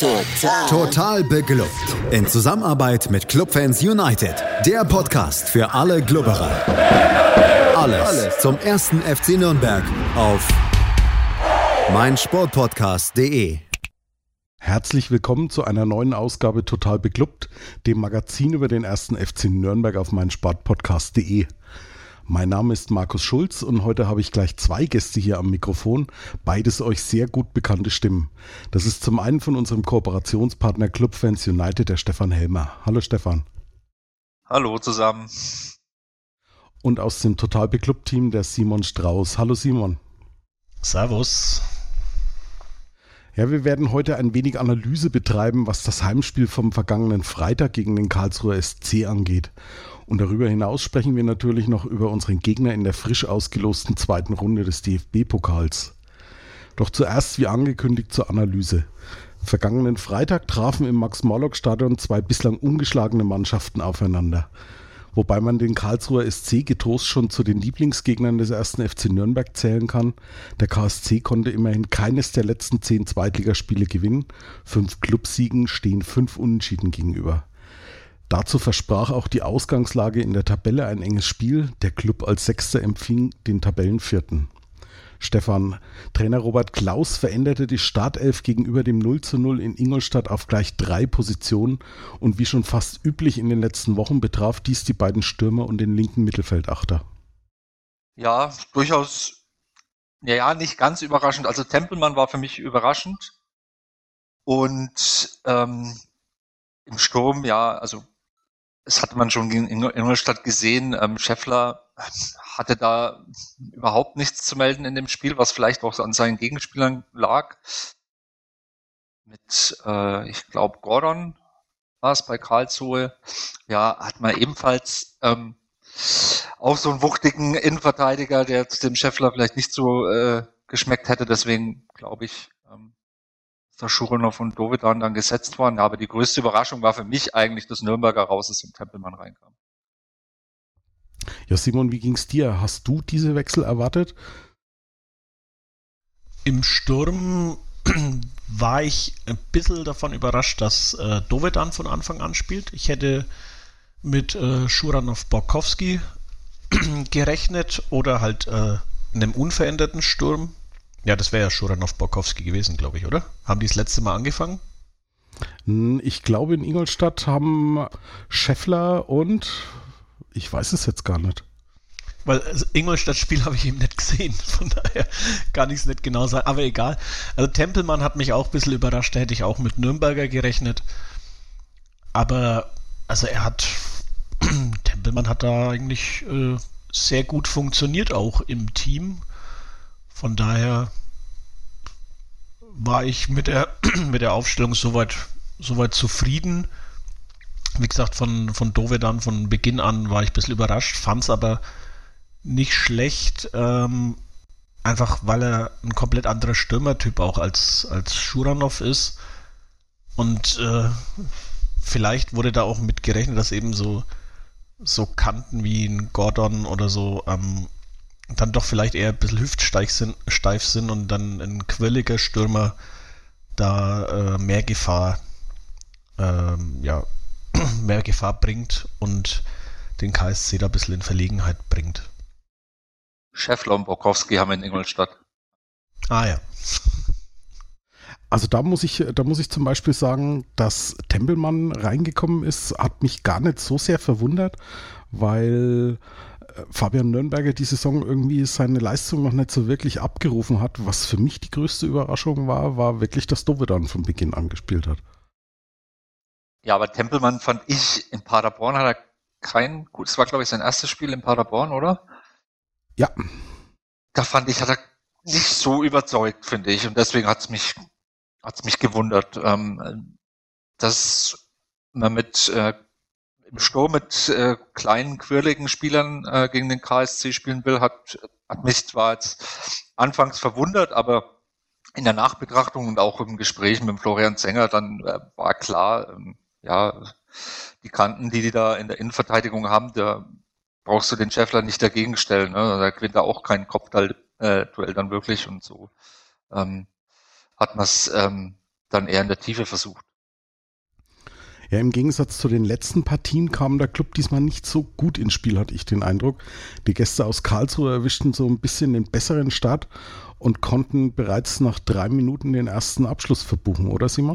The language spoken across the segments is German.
Total beglückt. In Zusammenarbeit mit Clubfans United. Der Podcast für alle Glubberer. Alles zum ersten FC Nürnberg auf meinsportpodcast.de. Herzlich willkommen zu einer neuen Ausgabe Total beglückt, dem Magazin über den ersten FC Nürnberg auf meinsportpodcast.de. Mein Name ist Markus Schulz und heute habe ich gleich zwei Gäste hier am Mikrofon, beides euch sehr gut bekannte Stimmen. Das ist zum einen von unserem Kooperationspartner Clubfans United, der Stefan Helmer. Hallo Stefan. Hallo zusammen. Und aus dem Total beglückt Team der Simon Strauß. Hallo Simon. Servus. Ja, wir werden heute ein wenig Analyse betreiben, was das Heimspiel vom vergangenen Freitag gegen den Karlsruher SC angeht. Und darüber hinaus sprechen wir natürlich noch über unseren Gegner in der frisch ausgelosten zweiten Runde des DFB-Pokals. Doch zuerst, wie angekündigt, zur Analyse. Vergangenen Freitag trafen im Max-Morlock-Stadion zwei bislang ungeschlagene Mannschaften aufeinander. Wobei man den Karlsruher SC getrost schon zu den Lieblingsgegnern des ersten FC Nürnberg zählen kann. Der KSC konnte immerhin keines der letzten 10 Zweitligaspiele gewinnen. 5 Clubsiegen stehen 5 Unentschieden gegenüber. Dazu versprach auch die Ausgangslage in der Tabelle ein enges Spiel. Der Klub als Sechster empfing den Tabellenvierten. Stefan, Trainer Robert Klaus veränderte die Startelf gegenüber dem 0:0 in Ingolstadt auf gleich 3 Positionen und wie schon fast üblich in den letzten Wochen betraf dies die beiden Stürmer und den linken Mittelfeldachter. Ja, durchaus, nicht ganz überraschend. Also Tempelmann war für mich überraschend und im Sturm, also das hatte man schon gegen Ingolstadt gesehen. Scheffler hatte da überhaupt nichts zu melden in dem Spiel, was vielleicht auch an seinen Gegenspielern lag. Mit, ich glaube, Gordon war es bei Karlsruhe. Ja, hat man ebenfalls auch so einen wuchtigen Innenverteidiger, der dem Scheffler vielleicht nicht so geschmeckt hätte. Deswegen glaube ich, dass Schuranov und Dovedan dann gesetzt waren. Ja, aber die größte Überraschung war für mich eigentlich, dass Nürnberger raus ist und Tempelmann reinkam. Ja, Simon, wie ging's dir? Hast du diese Wechsel erwartet? Im Sturm war ich ein bisschen davon überrascht, dass Dovedan von Anfang an spielt. Ich hätte mit Schuranov-Borkowski gerechnet oder halt einem unveränderten Sturm. Ja, das wäre ja Schuranov-Borkowski gewesen, glaube ich, oder? Haben die das letzte Mal angefangen? Ich glaube, in Ingolstadt haben Scheffler und ich weiß es jetzt gar nicht. Weil das Ingolstadt-Spiel habe ich eben nicht gesehen, von daher kann ich es nicht genau sagen, aber egal. Also Tempelmann hat mich auch ein bisschen überrascht, da hätte ich auch mit Nürnberger gerechnet. Aber, also Tempelmann hat da eigentlich sehr gut funktioniert, auch im Team. Von daher war ich mit der Aufstellung soweit zufrieden. Wie gesagt, von Dovedan von Beginn an war ich ein bisschen überrascht, fand es aber nicht schlecht, einfach weil er ein komplett anderer Stürmertyp auch als Schuranov ist. Und vielleicht wurde da auch mit gerechnet, dass eben so Kanten wie ein Gordon oder so dann doch vielleicht eher ein bisschen hüftsteif sind und dann ein quirliger Stürmer da mehr Gefahr bringt und den KSC da ein bisschen in Verlegenheit bringt. Scheffler und Borkowski haben in Ingolstadt. Ah ja. Also da muss ich zum Beispiel sagen, dass Tempelmann reingekommen ist, hat mich gar nicht so sehr verwundert, weil Fabian Nürnberger die Saison irgendwie seine Leistung noch nicht so wirklich abgerufen hat. Was für mich die größte Überraschung war wirklich, dass Dovedan von Beginn an gespielt hat. Ja, aber Tempelmann fand ich in Paderborn hat er es war glaube ich sein erstes Spiel in Paderborn, oder? Ja. Da fand ich, hat er nicht so überzeugt, finde ich. Und deswegen hat's mich gewundert, dass man im Sturm mit kleinen, quirligen Spielern gegen den KSC spielen will, hat mich zwar jetzt anfangs verwundert, aber in der Nachbetrachtung und auch im Gespräch mit Florian Zenger dann war klar, die Kanten, die da in der Innenverteidigung haben, da brauchst du den Scheffler nicht dagegen stellen. Ne? Da gewinnt er auch kein Kopfballduell dann wirklich und so hat man es dann eher in der Tiefe versucht. Ja, im Gegensatz zu den letzten Partien kam der Club diesmal nicht so gut ins Spiel, hatte ich den Eindruck. Die Gäste aus Karlsruhe erwischten so ein bisschen den besseren Start und konnten bereits nach 3 Minuten den ersten Abschluss verbuchen, oder Simon?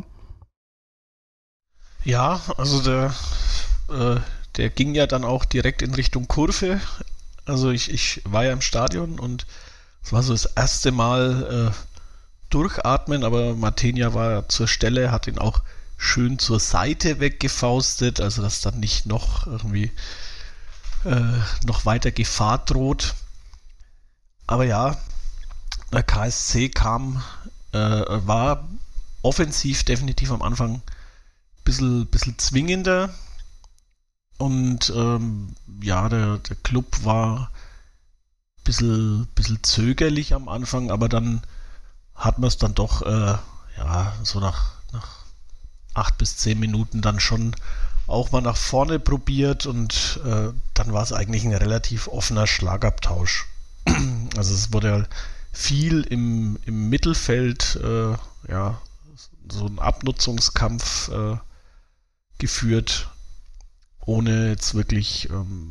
Ja, also der ging ja dann auch direkt in Richtung Kurve. Also ich war ja im Stadion und es war so das erste Mal durchatmen, aber Matenia war zur Stelle, hat ihn auch schön zur Seite weggefaustet, also dass dann nicht noch irgendwie noch weiter Gefahr droht. Aber ja, der KSC war offensiv definitiv am Anfang ein bisschen zwingender und der Club war ein bisschen zögerlich am Anfang, aber dann hat man es dann doch so nach 8 bis 10 Minuten dann schon auch mal nach vorne probiert und dann war es eigentlich ein relativ offener Schlagabtausch. Also es wurde viel im Mittelfeld so ein Abnutzungskampf geführt, ohne jetzt wirklich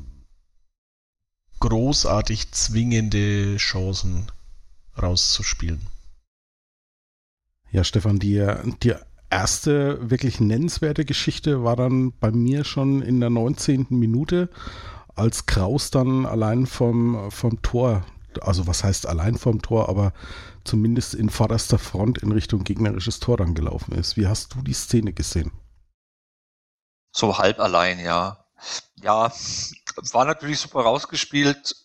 großartig zwingende Chancen rauszuspielen. Ja, Stefan, die erste wirklich nennenswerte Geschichte war dann bei mir schon in der 19. Minute, als Kraus dann allein vom Tor, also was heißt allein vom Tor, aber zumindest in vorderster Front in Richtung gegnerisches Tor dann gelaufen ist. Wie hast du die Szene gesehen? So halb allein, ja. Ja, war natürlich super rausgespielt.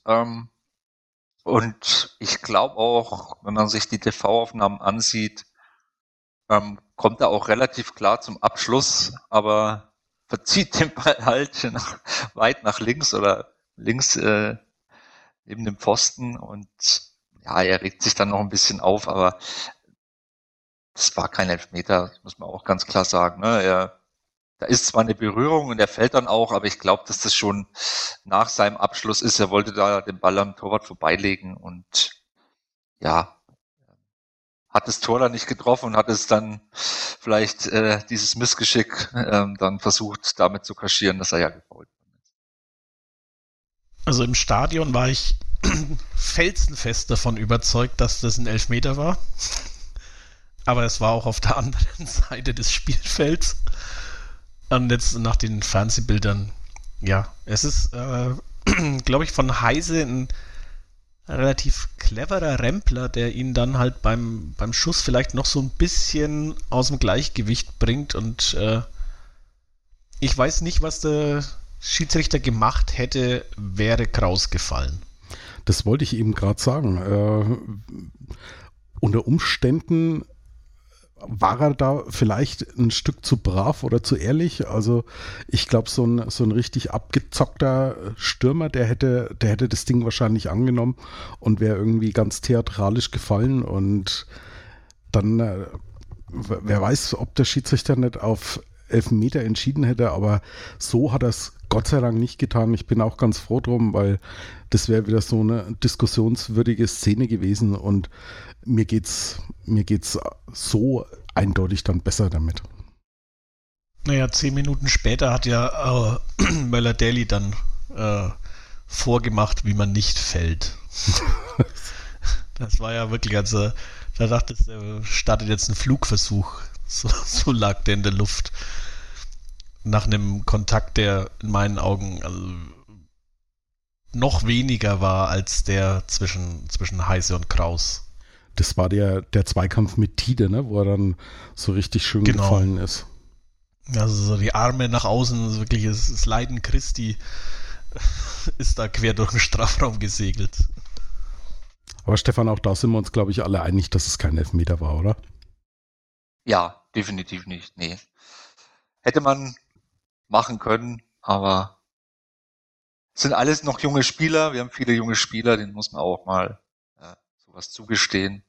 Und ich glaube auch, wenn man sich die TV-Aufnahmen ansieht, kommt er auch relativ klar zum Abschluss, aber verzieht den Ball halt weit nach links oder links neben dem Pfosten und ja, er regt sich dann noch ein bisschen auf, aber das war kein Elfmeter, muss man auch ganz klar sagen. Ne? Da ist zwar eine Berührung und er fällt dann auch, aber ich glaube, dass das schon nach seinem Abschluss ist. Er wollte da den Ball am Torwart vorbeilegen und ja, hat das Tor dann nicht getroffen und hat es dann vielleicht dieses Missgeschick dann versucht, damit zu kaschieren, dass er ja gefault ist. Also im Stadion war ich felsenfest davon überzeugt, dass das ein Elfmeter war. Aber es war auch auf der anderen Seite des Spielfelds. Und jetzt nach den Fernsehbildern, ja, es ist, glaube ich, von Heise ein relativ cleverer Rempler, der ihn dann halt beim Schuss vielleicht noch so ein bisschen aus dem Gleichgewicht bringt und ich weiß nicht, was der Schiedsrichter gemacht hätte, wäre Kraus gefallen. Das wollte ich eben gerade sagen. Unter Umständen war er da vielleicht ein Stück zu brav oder zu ehrlich. Also ich glaube, so ein richtig abgezockter Stürmer, der hätte das Ding wahrscheinlich angenommen und wäre irgendwie ganz theatralisch gefallen. Und dann, wer weiß, ob der Schiedsrichter nicht auf Elfmeter entschieden hätte, aber so hat er es Gott sei Dank nicht getan. Ich bin auch ganz froh drum, weil das wäre wieder so eine diskussionswürdige Szene gewesen und mir geht's so eindeutig dann besser damit. Naja, 10 Minuten später hat ja Möller-Daly dann vorgemacht, wie man nicht fällt. Das war ja wirklich, also da dachte ich, er startet jetzt einen Flugversuch. So lag der in der Luft. Nach einem Kontakt, der in meinen Augen noch weniger war als der zwischen Heise und Kraus. Das war der Zweikampf mit Tide, ne, wo er dann so richtig schön gefallen ist. Also so die Arme nach außen, wirklich das Leiden Christi ist da quer durch den Strafraum gesegelt. Aber Stefan, auch da sind wir uns, glaube ich, alle einig, dass es kein Elfmeter war, oder? Ja, definitiv nicht, nee. Hätte man machen können, aber es sind alles noch junge Spieler, wir haben viele junge Spieler, denen muss man auch mal sowas zugestehen.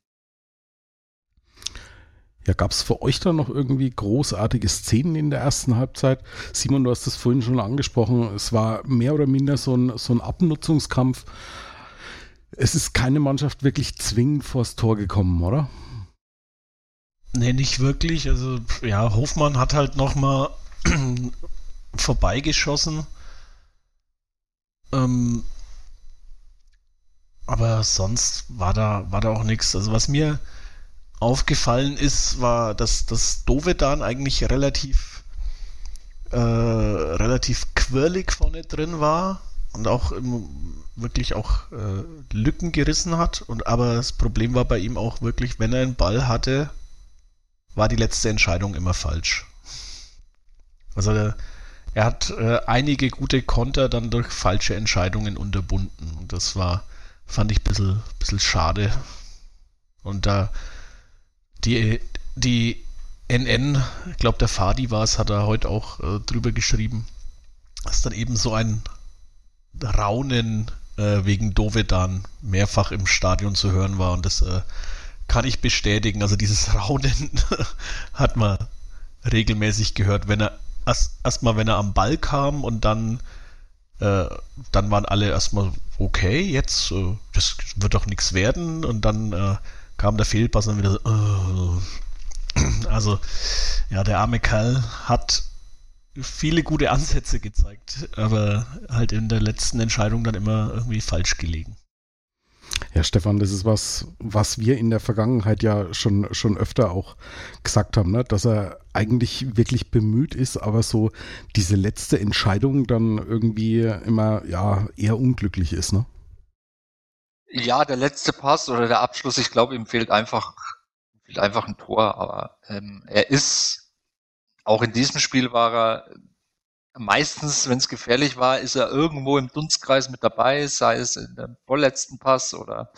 Ja, gab es für euch da noch irgendwie großartige Szenen in der ersten Halbzeit? Simon, du hast das vorhin schon angesprochen, es war mehr oder minder so ein Abnutzungskampf. Es ist keine Mannschaft wirklich zwingend vors Tor gekommen, oder? Nee, nicht wirklich. Also, ja, Hofmann hat halt nochmal vorbeigeschossen. Aber sonst war da auch nichts. Also, was mir aufgefallen ist, war, dass das Dovedan eigentlich relativ quirlig vorne drin war und auch wirklich auch Lücken gerissen hat. Aber das Problem war bei ihm auch wirklich, wenn er einen Ball hatte, war die letzte Entscheidung immer falsch. Also er hat einige gute Konter dann durch falsche Entscheidungen unterbunden. Und das fand ich ein bisschen schade. Und da die NN, ich glaube der Fadi war es, hat er heute auch drüber geschrieben, dass dann eben so ein Raunen wegen Dovedan mehrfach im Stadion zu hören war. Und das kann ich bestätigen. Also dieses Raunen hat man regelmäßig gehört, wenn er erstmal wenn er am Ball kam und dann waren alle erstmal okay, jetzt das wird doch nichts werden, und dann kam der Fehlpass und wieder so, also ja, der arme Kerl hat viele gute Ansätze gezeigt, aber halt in der letzten Entscheidung dann immer irgendwie falsch gelegen. Ja, Stefan, das ist was wir in der Vergangenheit ja schon öfter auch gesagt haben, ne? Dass er eigentlich wirklich bemüht ist, aber so diese letzte Entscheidung dann irgendwie immer ja eher unglücklich ist, ne? Ja, der letzte Pass oder der Abschluss, ich glaube, ihm fehlt einfach ein Tor, aber er ist, auch in diesem Spiel war er meistens, wenn es gefährlich war, ist er irgendwo im Dunstkreis mit dabei, sei es in dem vorletzten Pass oder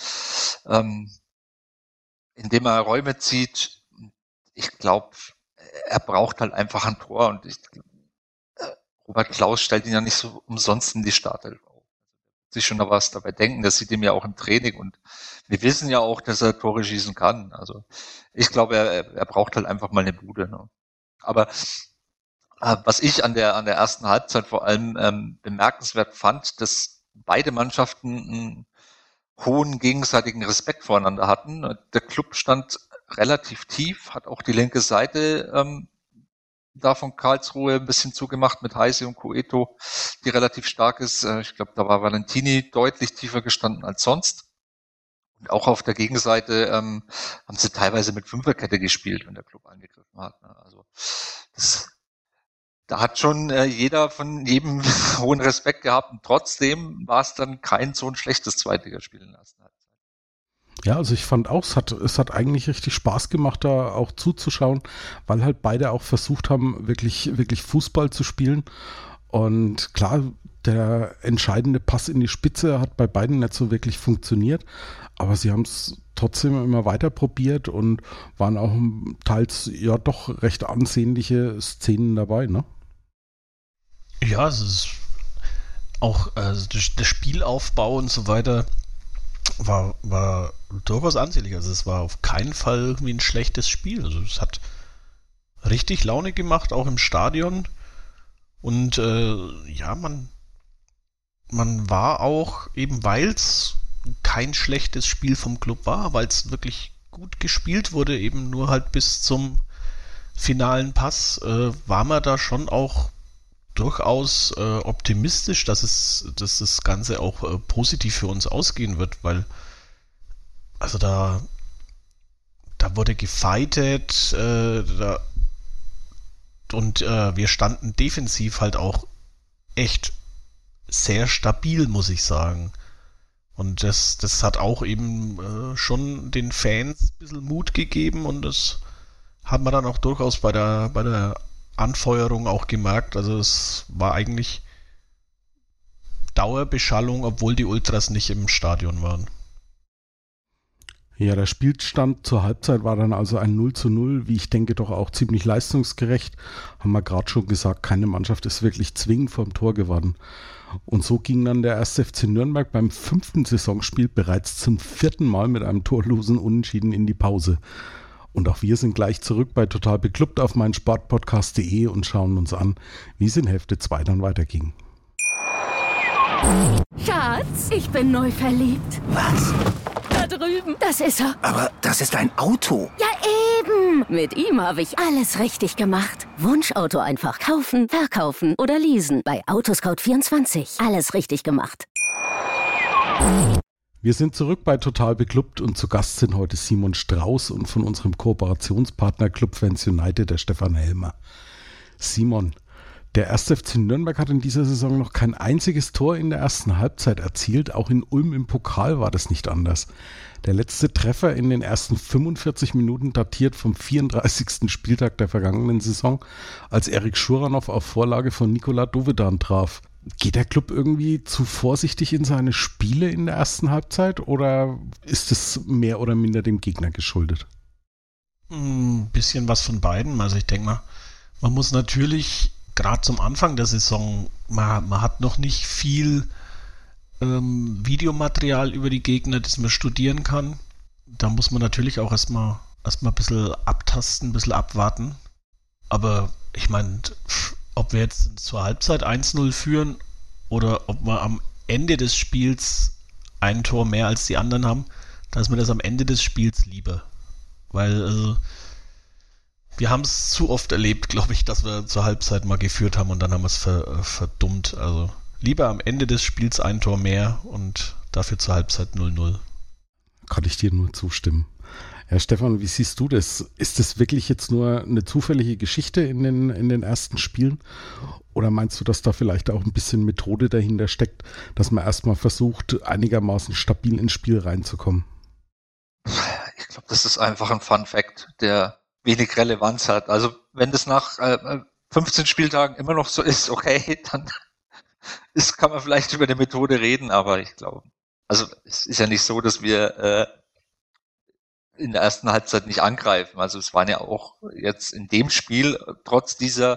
indem er Räume zieht. Ich glaube, er braucht halt einfach ein Tor, und Robert Klaus stellt ihn ja nicht so umsonst in die Startelf auf. Sich schon da was dabei denken, das sieht ihm ja auch im Training, und wir wissen ja auch, dass er Tore schießen kann. Also ich glaube, er braucht halt einfach mal eine Bude. Ne? Aber was ich an der ersten Halbzeit vor allem bemerkenswert fand, dass beide Mannschaften einen hohen gegenseitigen Respekt voreinander hatten. Der Klub stand relativ tief, hat auch die linke Seite da von Karlsruhe ein bisschen zugemacht mit Heise und Cueto, die relativ stark ist. Ich glaube, da war Valentini deutlich tiefer gestanden als sonst. Und auch auf der Gegenseite haben sie teilweise mit Fünferkette gespielt, wenn der Klub angegriffen hat. Also da hat schon jeder von jedem hohen Respekt gehabt, und trotzdem war es dann kein so ein schlechtes Zweitligaspiel in der ersten Halbzeit. Ja, also ich fand auch, es hat eigentlich richtig Spaß gemacht, da auch zuzuschauen, weil halt beide auch versucht haben, wirklich Fußball zu spielen. Und klar, der entscheidende Pass in die Spitze hat bei beiden nicht so wirklich funktioniert, aber sie haben es trotzdem immer weiter probiert und waren auch teils ja doch recht ansehnliche Szenen dabei, ne? Ja, es ist auch der Spielaufbau und so weiter war durchaus ansehnlich. Also es war auf keinen Fall irgendwie ein schlechtes Spiel. Also es hat richtig Laune gemacht, auch im Stadion. Und ja, man war auch, eben weil es kein schlechtes Spiel vom Club war, weil es wirklich gut gespielt wurde, eben nur halt bis zum finalen Pass, war man da schon auch durchaus optimistisch, dass das Ganze auch positiv für uns ausgehen wird, weil also da wurde gefightet und wir standen defensiv halt auch echt sehr stabil, muss ich sagen. Und das hat auch eben schon den Fans ein bisschen Mut gegeben, und das hat man dann auch durchaus bei der Anfeuerung auch gemerkt. Also es war eigentlich Dauerbeschallung, obwohl die Ultras nicht im Stadion waren. Ja, der Spielstand zur Halbzeit war dann also ein 0:0, wie ich denke, doch auch ziemlich leistungsgerecht. Haben wir gerade schon gesagt, keine Mannschaft ist wirklich zwingend vom Tor geworden. Und so ging dann der 1. FC Nürnberg beim 5. Saisonspiel bereits zum 4. Mal mit einem torlosen Unentschieden in die Pause. Und auch wir sind gleich zurück bei Total Beklubbt auf meinsportpodcast.de und schauen uns an, wie es in Hälfte 2 dann weiterging. Schatz, ich bin neu verliebt. Was? Da drüben. Das ist er. Aber das ist ein Auto. Ja, Eben. Mit ihm habe ich alles richtig gemacht. Wunschauto einfach kaufen, verkaufen oder leasen. Bei Autoscout24. Alles richtig gemacht. Wir sind zurück bei Total Beklubbt und zu Gast sind heute Simon Strauß und von unserem Kooperationspartner Clubfans United, der Stefan Helmer. Simon, der 1. FC Nürnberg hat in dieser Saison noch kein einziges Tor in der ersten Halbzeit erzielt. Auch in Ulm im Pokal war das nicht anders. Der letzte Treffer in den ersten 45 Minuten datiert vom 34. Spieltag der vergangenen Saison, als Erik Schuranov auf Vorlage von Nikola Dovedan traf. Geht der Club irgendwie zu vorsichtig in seine Spiele in der ersten Halbzeit oder ist es mehr oder minder dem Gegner geschuldet? Ein bisschen was von beiden. Also ich denke mal, man muss natürlich gerade zum Anfang der Saison, man hat noch nicht viel Videomaterial über die Gegner, das man studieren kann. Da muss man natürlich auch erstmal ein bisschen abtasten, ein bisschen abwarten. Aber ich meine, ob wir jetzt zur Halbzeit 1-0 führen oder ob wir am Ende des Spiels ein Tor mehr als die anderen haben, da ist mir das am Ende des Spiels lieber. Weil wir haben es zu oft erlebt, glaube ich, dass wir zur Halbzeit mal geführt haben und dann haben wir es verdummt. Also lieber am Ende des Spiels ein Tor mehr und dafür zur Halbzeit 0-0. Kann ich dir nur zustimmen. Ja, Stefan, wie siehst du das? Ist das wirklich jetzt nur eine zufällige Geschichte in den ersten Spielen? Oder meinst du, dass da vielleicht auch ein bisschen Methode dahinter steckt, dass man erstmal versucht, einigermaßen stabil ins Spiel reinzukommen? Ich glaube, das ist einfach ein Fun-Fact, der wenig Relevanz hat. Also wenn das nach 15 Spieltagen immer noch so ist, okay, dann kann man vielleicht über eine Methode reden, aber ich glaube, also es ist ja nicht so, dass wir in der ersten Halbzeit nicht angreifen. Also es waren ja auch jetzt in dem Spiel, trotz dieser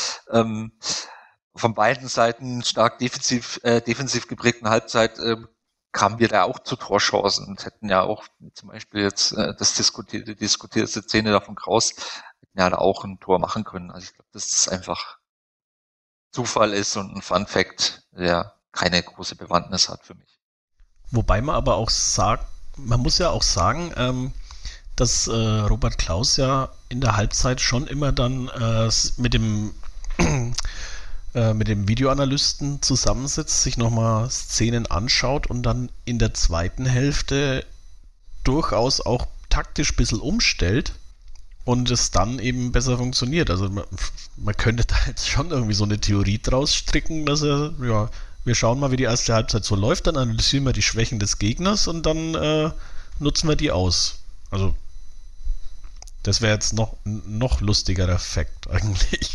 von beiden Seiten stark defensiv geprägten Halbzeit, kamen wir da auch zu Torchancen und hätten ja auch zum Beispiel jetzt das diskutierte Szene da von Kraus, hätten ja da auch ein Tor machen können. Also ich glaube, dass das einfach Zufall ist und ein Fun-Fact, der keine große Bewandtnis hat für mich. Wobei man aber auch sagt, man muss ja auch sagen, dass Robert Klaus ja in der Halbzeit schon immer dann mit dem Videoanalysten zusammensetzt, sich nochmal Szenen anschaut und dann in der zweiten Hälfte durchaus auch taktisch ein bisschen umstellt und es dann eben besser funktioniert. Also man könnte da jetzt schon irgendwie so eine Theorie draus stricken, dass wir schauen mal, wie die erste Halbzeit so läuft, dann analysieren wir die Schwächen des Gegners und dann nutzen wir die aus. Also das wäre jetzt noch lustigerer Fakt eigentlich.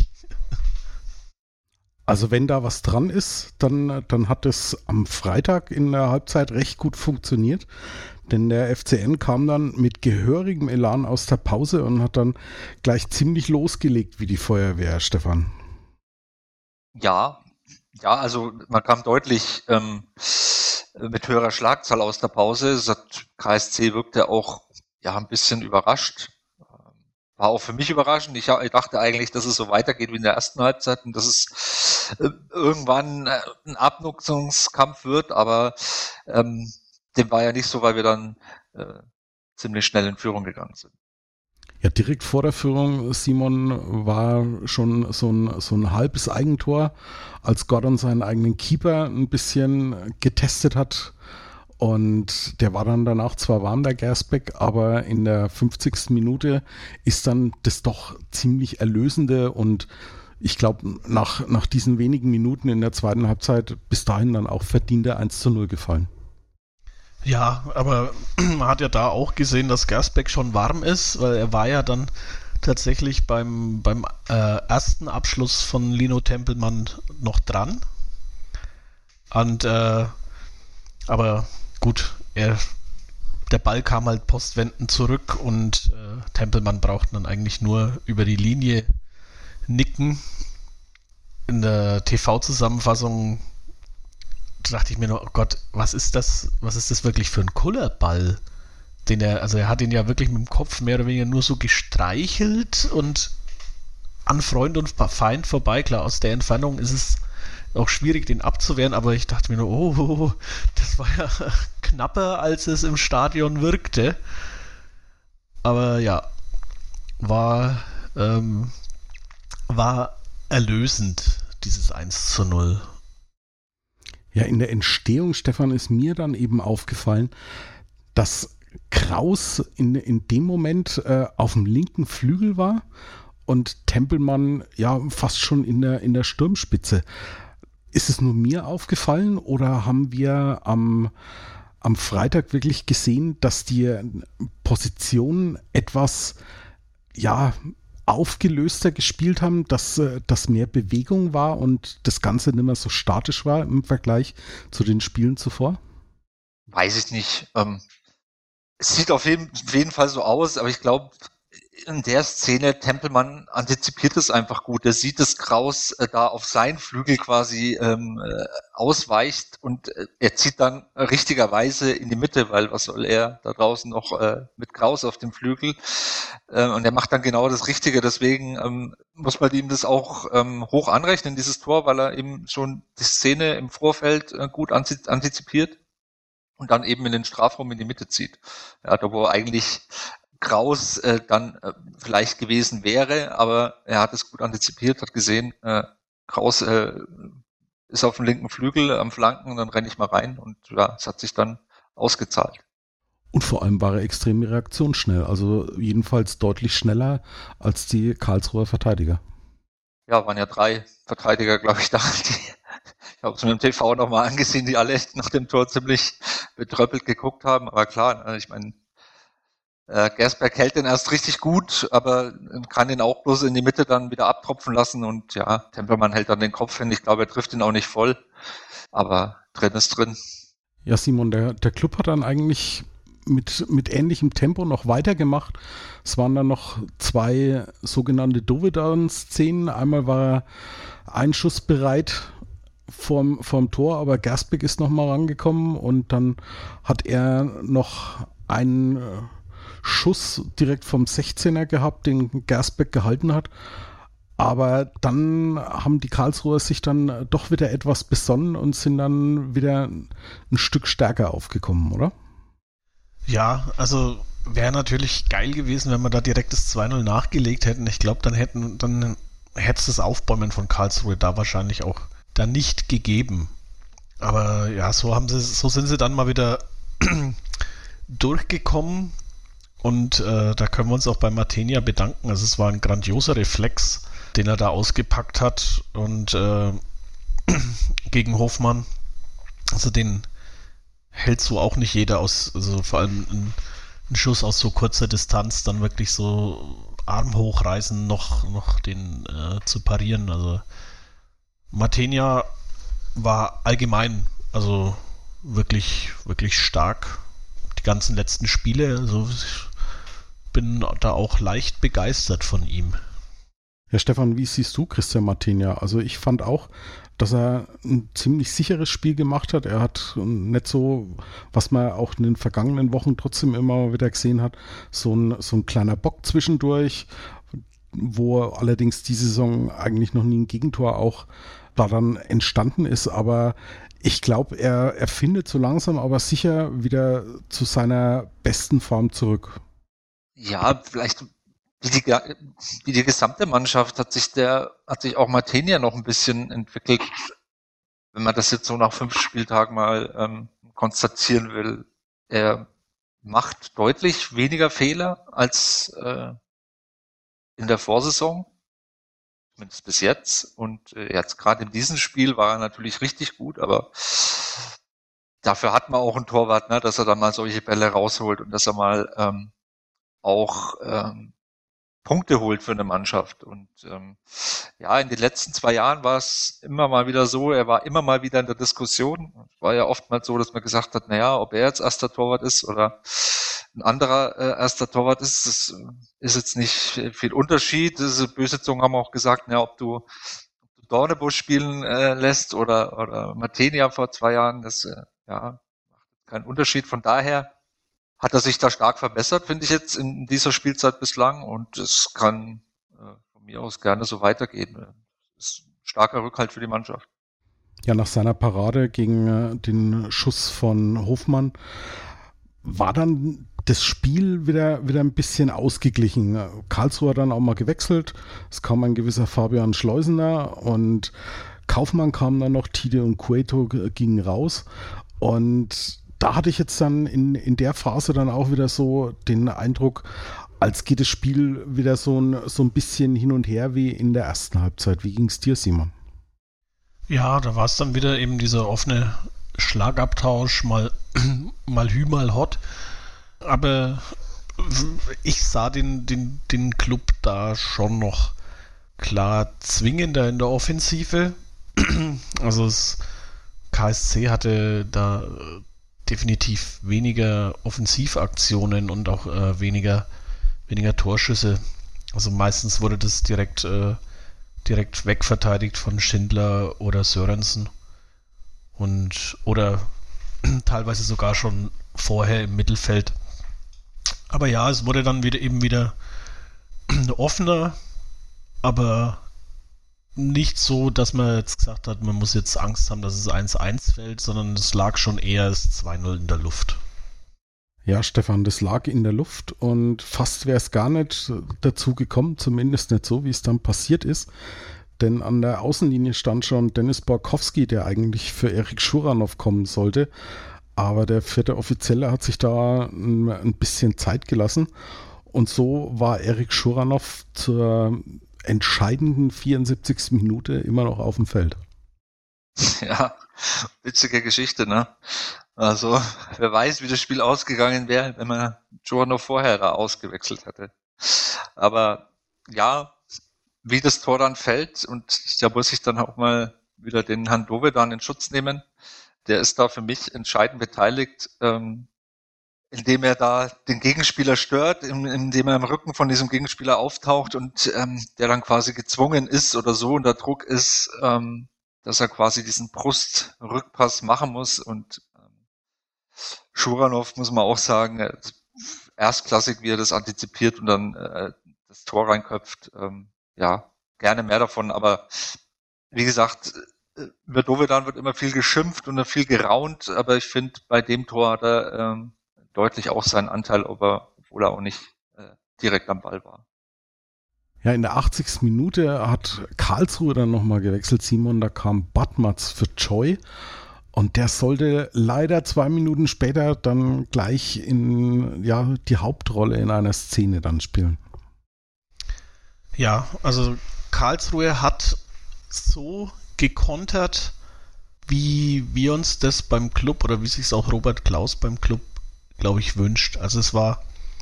Also wenn da was dran ist, dann hat es am Freitag in der Halbzeit recht gut funktioniert, denn der FCN kam dann mit gehörigem Elan aus der Pause und hat dann gleich ziemlich losgelegt wie die Feuerwehr, Stefan. Ja, also man kam deutlich mit höherer Schlagzahl aus der Pause. KSC wirkte auch ein bisschen überrascht. War auch für mich überraschend. Ich dachte eigentlich, dass es so weitergeht wie in der ersten Halbzeit und dass es irgendwann ein Abnutzungskampf wird, aber dem war ja nicht so, weil wir dann ziemlich schnell in Führung gegangen sind. Ja, direkt vor der Führung, Simon, war schon so ein halbes Eigentor, als Gordon seinen eigenen Keeper ein bisschen getestet hat. Und der war dann danach zwar warm, der Gersbeck, aber in der 50. Minute ist dann das doch ziemlich erlösende und ich glaube, nach diesen wenigen Minuten in der zweiten Halbzeit bis dahin dann auch verdienter 1-0 gefallen. Ja, aber man hat ja da auch gesehen, dass Gersbeck schon warm ist, weil er war ja dann tatsächlich beim ersten Abschluss von Lino Tempelmann noch dran. Und aber gut, der Ball kam halt postwendend zurück und Tempelmann braucht dann eigentlich nur über die Linie nicken. In der TV-Zusammenfassung dachte ich mir nur, oh Gott, was ist das wirklich für ein Kullerball? Er hat ihn ja wirklich mit dem Kopf mehr oder weniger nur so gestreichelt und an Freund und Feind vorbei. Klar, aus der Entfernung ist es auch schwierig, den abzuwehren, aber ich dachte mir nur, das war ja knapper, als es im Stadion wirkte. Aber ja, war erlösend, dieses 1:0. Ja, in der Entstehung, Stefan, ist mir dann eben aufgefallen, dass Kraus in dem Moment auf dem linken Flügel war und Tempelmann ja fast schon in der Sturmspitze. Ist es nur mir aufgefallen oder haben wir am Freitag wirklich gesehen, dass die Positionen etwas aufgelöster gespielt haben, dass mehr Bewegung war und das Ganze nicht mehr so statisch war im Vergleich zu den Spielen zuvor? Weiß ich nicht. Es sieht auf jeden Fall so aus, aber ich glaube, in der Szene, Tempelmann antizipiert es einfach gut. Er sieht, dass Kraus da auf seinen Flügel quasi ausweicht und er zieht dann richtigerweise in die Mitte, weil was soll er da draußen noch mit Kraus auf dem Flügel? Und er macht dann genau das Richtige. Deswegen muss man ihm das auch hoch anrechnen, dieses Tor, weil er eben schon die Szene im Vorfeld gut antizipiert und dann eben in den Strafraum in die Mitte zieht. Ja, da wo eigentlich Kraus dann vielleicht gewesen wäre, aber er hat es gut antizipiert, hat gesehen, Kraus ist auf dem linken Flügel am Flanken, dann renne ich mal rein und ja, es hat sich dann ausgezahlt. Und vor allem war er extrem reaktionsschnell, also jedenfalls deutlich schneller als die Karlsruher Verteidiger. Ja, waren ja 3 Verteidiger, glaube ich, da. Ich habe es mir im TV nochmal angesehen, die alle nach dem Tor ziemlich betröppelt geguckt haben. Aber klar, ich meine, Gersberg hält den erst richtig gut, aber kann den auch bloß in die Mitte dann wieder abtropfen lassen. Und ja, Tempelmann hält dann den Kopf hin. Ich glaube, er trifft ihn auch nicht voll. Aber drin ist drin. Ja, Simon, der Club hat dann eigentlich mit ähnlichem Tempo noch weitergemacht. Es waren dann noch 2 sogenannte Dovedan-Szenen. Einmal war er einschussbereit vorm Tor, aber Gersbeck ist nochmal rangekommen und dann hat er noch einen Schuss direkt vom 16er gehabt, den Gersbeck gehalten hat. Aber dann haben die Karlsruher sich dann doch wieder etwas besonnen und sind dann wieder ein Stück stärker aufgekommen, oder? Ja, also wäre natürlich geil gewesen, wenn wir da direkt das 2:0 nachgelegt hätten. Ich glaube, dann hätte es das Aufbäumen von Karlsruhe da wahrscheinlich auch dann nicht gegeben. Aber ja, so sind sie dann mal wieder durchgekommen und da können wir uns auch bei Matenia bedanken. Also es war ein grandioser Reflex, den er da ausgepackt hat und gegen Hofmann. Also den hält so auch nicht jeder aus, also vor allem ein Schuss aus so kurzer Distanz, dann wirklich so Arm hochreißen, noch den zu parieren. Also Matenia war allgemein, also wirklich, wirklich stark. Die ganzen letzten Spiele, also ich bin da auch leicht begeistert von ihm. Ja, Stefan, wie siehst du Christian Matenia? Also ich fand auch, dass er ein ziemlich sicheres Spiel gemacht hat. Er hat nicht so, was man auch in den vergangenen Wochen trotzdem immer wieder gesehen hat, so ein kleiner Bock zwischendurch, wo allerdings die Saison eigentlich noch nie ein Gegentor auch daran entstanden ist. Aber ich glaube, er findet so langsam aber sicher wieder zu seiner besten Form zurück. Ja, vielleicht wie die gesamte Mannschaft hat sich auch Matenia noch ein bisschen entwickelt, wenn man das jetzt so nach 5 Spieltagen mal konstatieren will. Er macht deutlich weniger Fehler als in der Vorsaison, zumindest bis jetzt. Und jetzt gerade in diesem Spiel war er natürlich richtig gut, aber dafür hat man auch einen Torwart, ne, dass er dann mal solche Bälle rausholt und dass er mal auch Punkte holt für eine Mannschaft. Und ja, in den letzten 2 Jahren war es immer mal wieder so, er war immer mal wieder in der Diskussion. Es war ja oftmals so, dass man gesagt hat, naja, ob er jetzt erster Torwart ist oder ein anderer erster Torwart ist, das ist jetzt nicht viel Unterschied. Diese böse Zungen haben auch gesagt, naja, ob du Dornebusch spielen lässt oder Matenia vor 2 Jahren, das macht keinen Unterschied. Von daher hat er sich da stark verbessert, finde ich jetzt in dieser Spielzeit bislang, und es kann von mir aus gerne so weitergehen. Das ist ein starker Rückhalt für die Mannschaft. Ja, nach seiner Parade gegen den Schuss von Hofmann war dann das Spiel wieder ein bisschen ausgeglichen. Karlsruhe hat dann auch mal gewechselt. Es kam ein gewisser Fabian Schleusener und Kaufmann kam dann noch, Tide und Cueto gingen raus. Und da hatte ich jetzt dann in der Phase dann auch wieder so den Eindruck, als geht das Spiel wieder so ein bisschen hin und her wie in der ersten Halbzeit. Wie ging es dir, Simon? Ja, da war es dann wieder eben dieser offene Schlagabtausch, mal Hü, mal Hot. Aber ich sah den Club da schon noch klar zwingender in der Offensive. Also das KSC hatte da definitiv weniger Offensivaktionen und auch weniger Torschüsse. Also meistens wurde das direkt wegverteidigt von Schindler oder Sörensen oder teilweise sogar schon vorher im Mittelfeld. Aber ja, es wurde dann wieder offener, aber nicht so, dass man jetzt gesagt hat, man muss jetzt Angst haben, dass es 1-1 fällt, sondern es lag schon eher das 2-0 in der Luft. Ja, Stefan, das lag in der Luft und fast wäre es gar nicht dazu gekommen, zumindest nicht so, wie es dann passiert ist. Denn an der Außenlinie stand schon Dennis Borkowski, der eigentlich für Erik Schuranov kommen sollte. Aber der vierte Offizielle hat sich da ein bisschen Zeit gelassen. Und so war Erik Schuranov zur entscheidenden 74. Minute immer noch auf dem Feld. Ja, witzige Geschichte, ne? Also, wer weiß, wie das Spiel ausgegangen wäre, wenn man Schuranov vorher da ausgewechselt hätte. Aber ja, wie das Tor dann fällt, und da muss ich dann auch mal wieder den Herrn Dovedan in Schutz nehmen. Der ist da für mich entscheidend beteiligt, indem er da den Gegenspieler stört, indem er im Rücken von diesem Gegenspieler auftaucht und der dann quasi gezwungen ist oder so unter Druck ist, dass er quasi diesen Brustrückpass machen muss. Und Schuranov, muss man auch sagen, erstklassig, wie er das antizipiert und dann das Tor reinköpft. Ja, gerne mehr davon, aber wie gesagt, über Dovedan wird immer viel geschimpft und viel geraunt, aber ich finde, bei dem Tor hat er deutlich auch seinen Anteil, obwohl er auch nicht direkt am Ball war. Ja, in der 80. Minute hat Karlsruhe dann nochmal gewechselt, Simon, da kam Badmatz für Choi und der sollte leider 2 Minuten später dann gleich die Hauptrolle in einer Szene dann spielen. Ja, also Karlsruhe hat so gekontert, wie wir uns das beim Club oder wie sich es auch Robert Klaus beim Club, glaube ich, wünscht. Also es war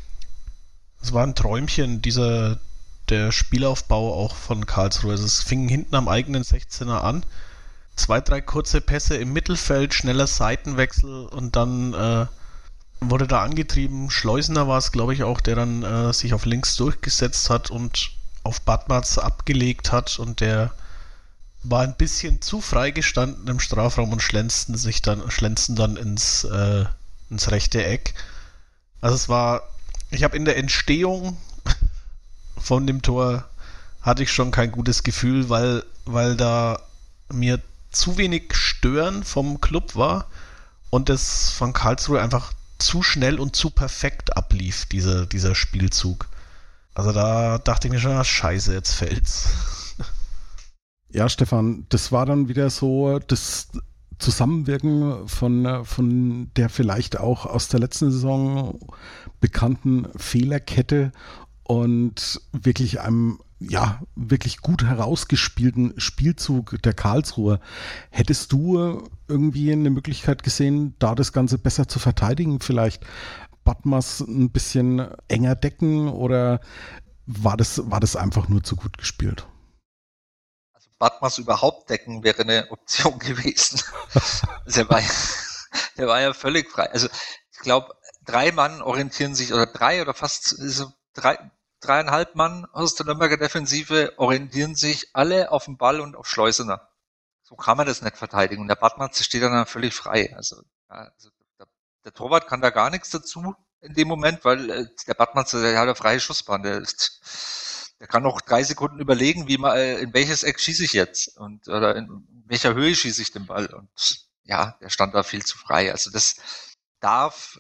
ein Träumchen, der Spielaufbau auch von Karlsruhe. Also es fing hinten am eigenen 16er an. 2, 3 kurze Pässe im Mittelfeld, schneller Seitenwechsel und dann wurde da angetrieben. Schleusener war es, glaube ich, auch, der dann sich auf links durchgesetzt hat und auf Badmatz abgelegt hat und der war ein bisschen zu frei gestanden im Strafraum und schlänzten dann ins rechte Eck. Also ich habe in der Entstehung von dem Tor hatte ich schon kein gutes Gefühl, weil da mir zu wenig Stören vom Club war und das von Karlsruhe einfach zu schnell und zu perfekt ablief, dieser Spielzug. Also da dachte ich mir schon, scheiße, jetzt fällt's. Ja, Stefan, das war dann wieder so das Zusammenwirken von der vielleicht auch aus der letzten Saison bekannten Fehlerkette und wirklich einem wirklich gut herausgespielten Spielzug der Karlsruher. Hättest du irgendwie eine Möglichkeit gesehen, da das Ganze besser zu verteidigen? Vielleicht Badmatz ein bisschen enger decken oder war das einfach nur zu gut gespielt? Also Badmatz überhaupt decken wäre eine Option gewesen. Der war ja völlig frei. Also ich glaube, 3 Mann orientieren sich, oder 3 oder fast so 3,5 Mann aus der Nürnberger Defensive orientieren sich alle auf den Ball und auf Schleusener. So kann man das nicht verteidigen. Und der Badmatz steht dann völlig frei. Also der Torwart kann da gar nichts dazu in dem Moment, weil der Badmatz, der hat eine freie Schussbahn. Der kann noch 3 Sekunden überlegen, in welches Eck schieße ich jetzt oder in welcher Höhe schieße ich den Ball. Und ja, der stand da viel zu frei. Also das darf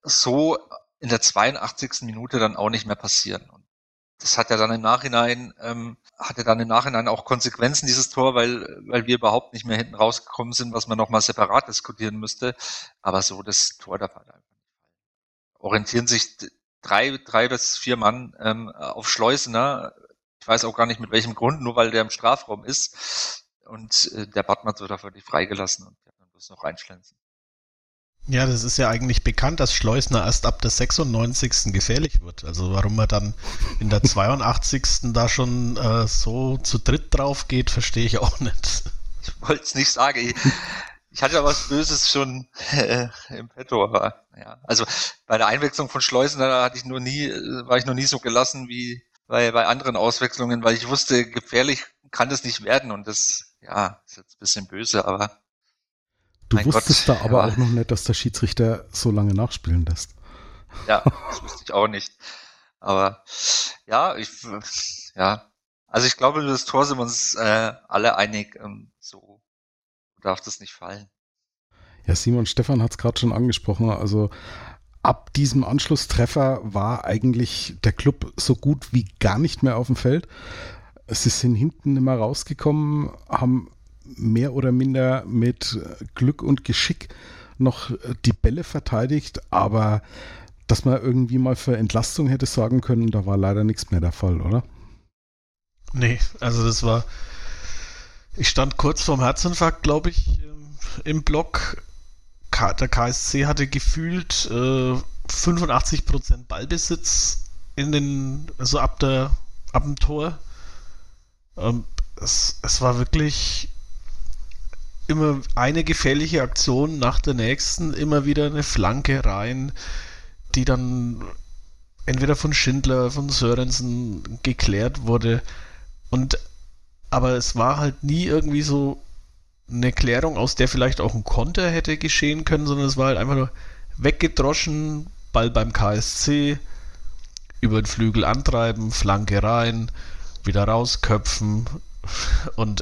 so in der 82. Minute dann auch nicht mehr passieren. Und das hat ja dann im Nachhinein auch Konsequenzen, dieses Tor, weil wir überhaupt nicht mehr hinten rausgekommen sind, was man nochmal separat diskutieren müsste. Aber so das Tor, da orientieren sich 3 bis 4 Mann auf Schleusener. Ich weiß auch gar nicht mit welchem Grund, nur weil der im Strafraum ist. Und der Badmann wird dafür nicht freigelassen und der kann bloß noch reinschlänzen. Ja, das ist ja eigentlich bekannt, dass Schleusner erst ab der 96. gefährlich wird. Also warum er dann in der 82. da schon so zu dritt drauf geht, verstehe ich auch nicht. Ich wollte es nicht sagen. Ich hatte ja was Böses schon im Petto, aber ja. Also bei der Einwechslung von Schleusner war ich noch nie so gelassen wie bei anderen Auswechslungen, weil ich wusste, gefährlich kann das nicht werden und das, ja, ist jetzt ein bisschen böse, aber du wusstest da aber auch noch nicht, dass der Schiedsrichter so lange nachspielen lässt. Ja, das wusste ich auch nicht. Aber ja, also ich glaube, über das Tor sind wir uns alle einig, so darf das nicht fallen. Ja, Simon Stefan hat es gerade schon angesprochen, also ab diesem Anschlusstreffer war eigentlich der Club so gut wie gar nicht mehr auf dem Feld. Sie sind hinten nicht mehr rausgekommen, haben mehr oder minder mit Glück und Geschick noch die Bälle verteidigt, aber dass man irgendwie mal für Entlastung hätte sorgen können, da war leider nichts mehr der Fall, oder? Nee, also ich stand kurz vorm Herzinfarkt, glaube ich, im Block. Der KSC hatte gefühlt 85% Ballbesitz ab dem Tor. Es war wirklich immer eine gefährliche Aktion nach der nächsten, immer wieder eine Flanke rein, die dann entweder von Schindler, von Sörensen geklärt wurde. Aber es war halt nie irgendwie so eine Klärung, aus der vielleicht auch ein Konter hätte geschehen können, sondern es war halt einfach nur weggedroschen, Ball beim KSC, über den Flügel antreiben, Flanke rein, wieder rausköpfen und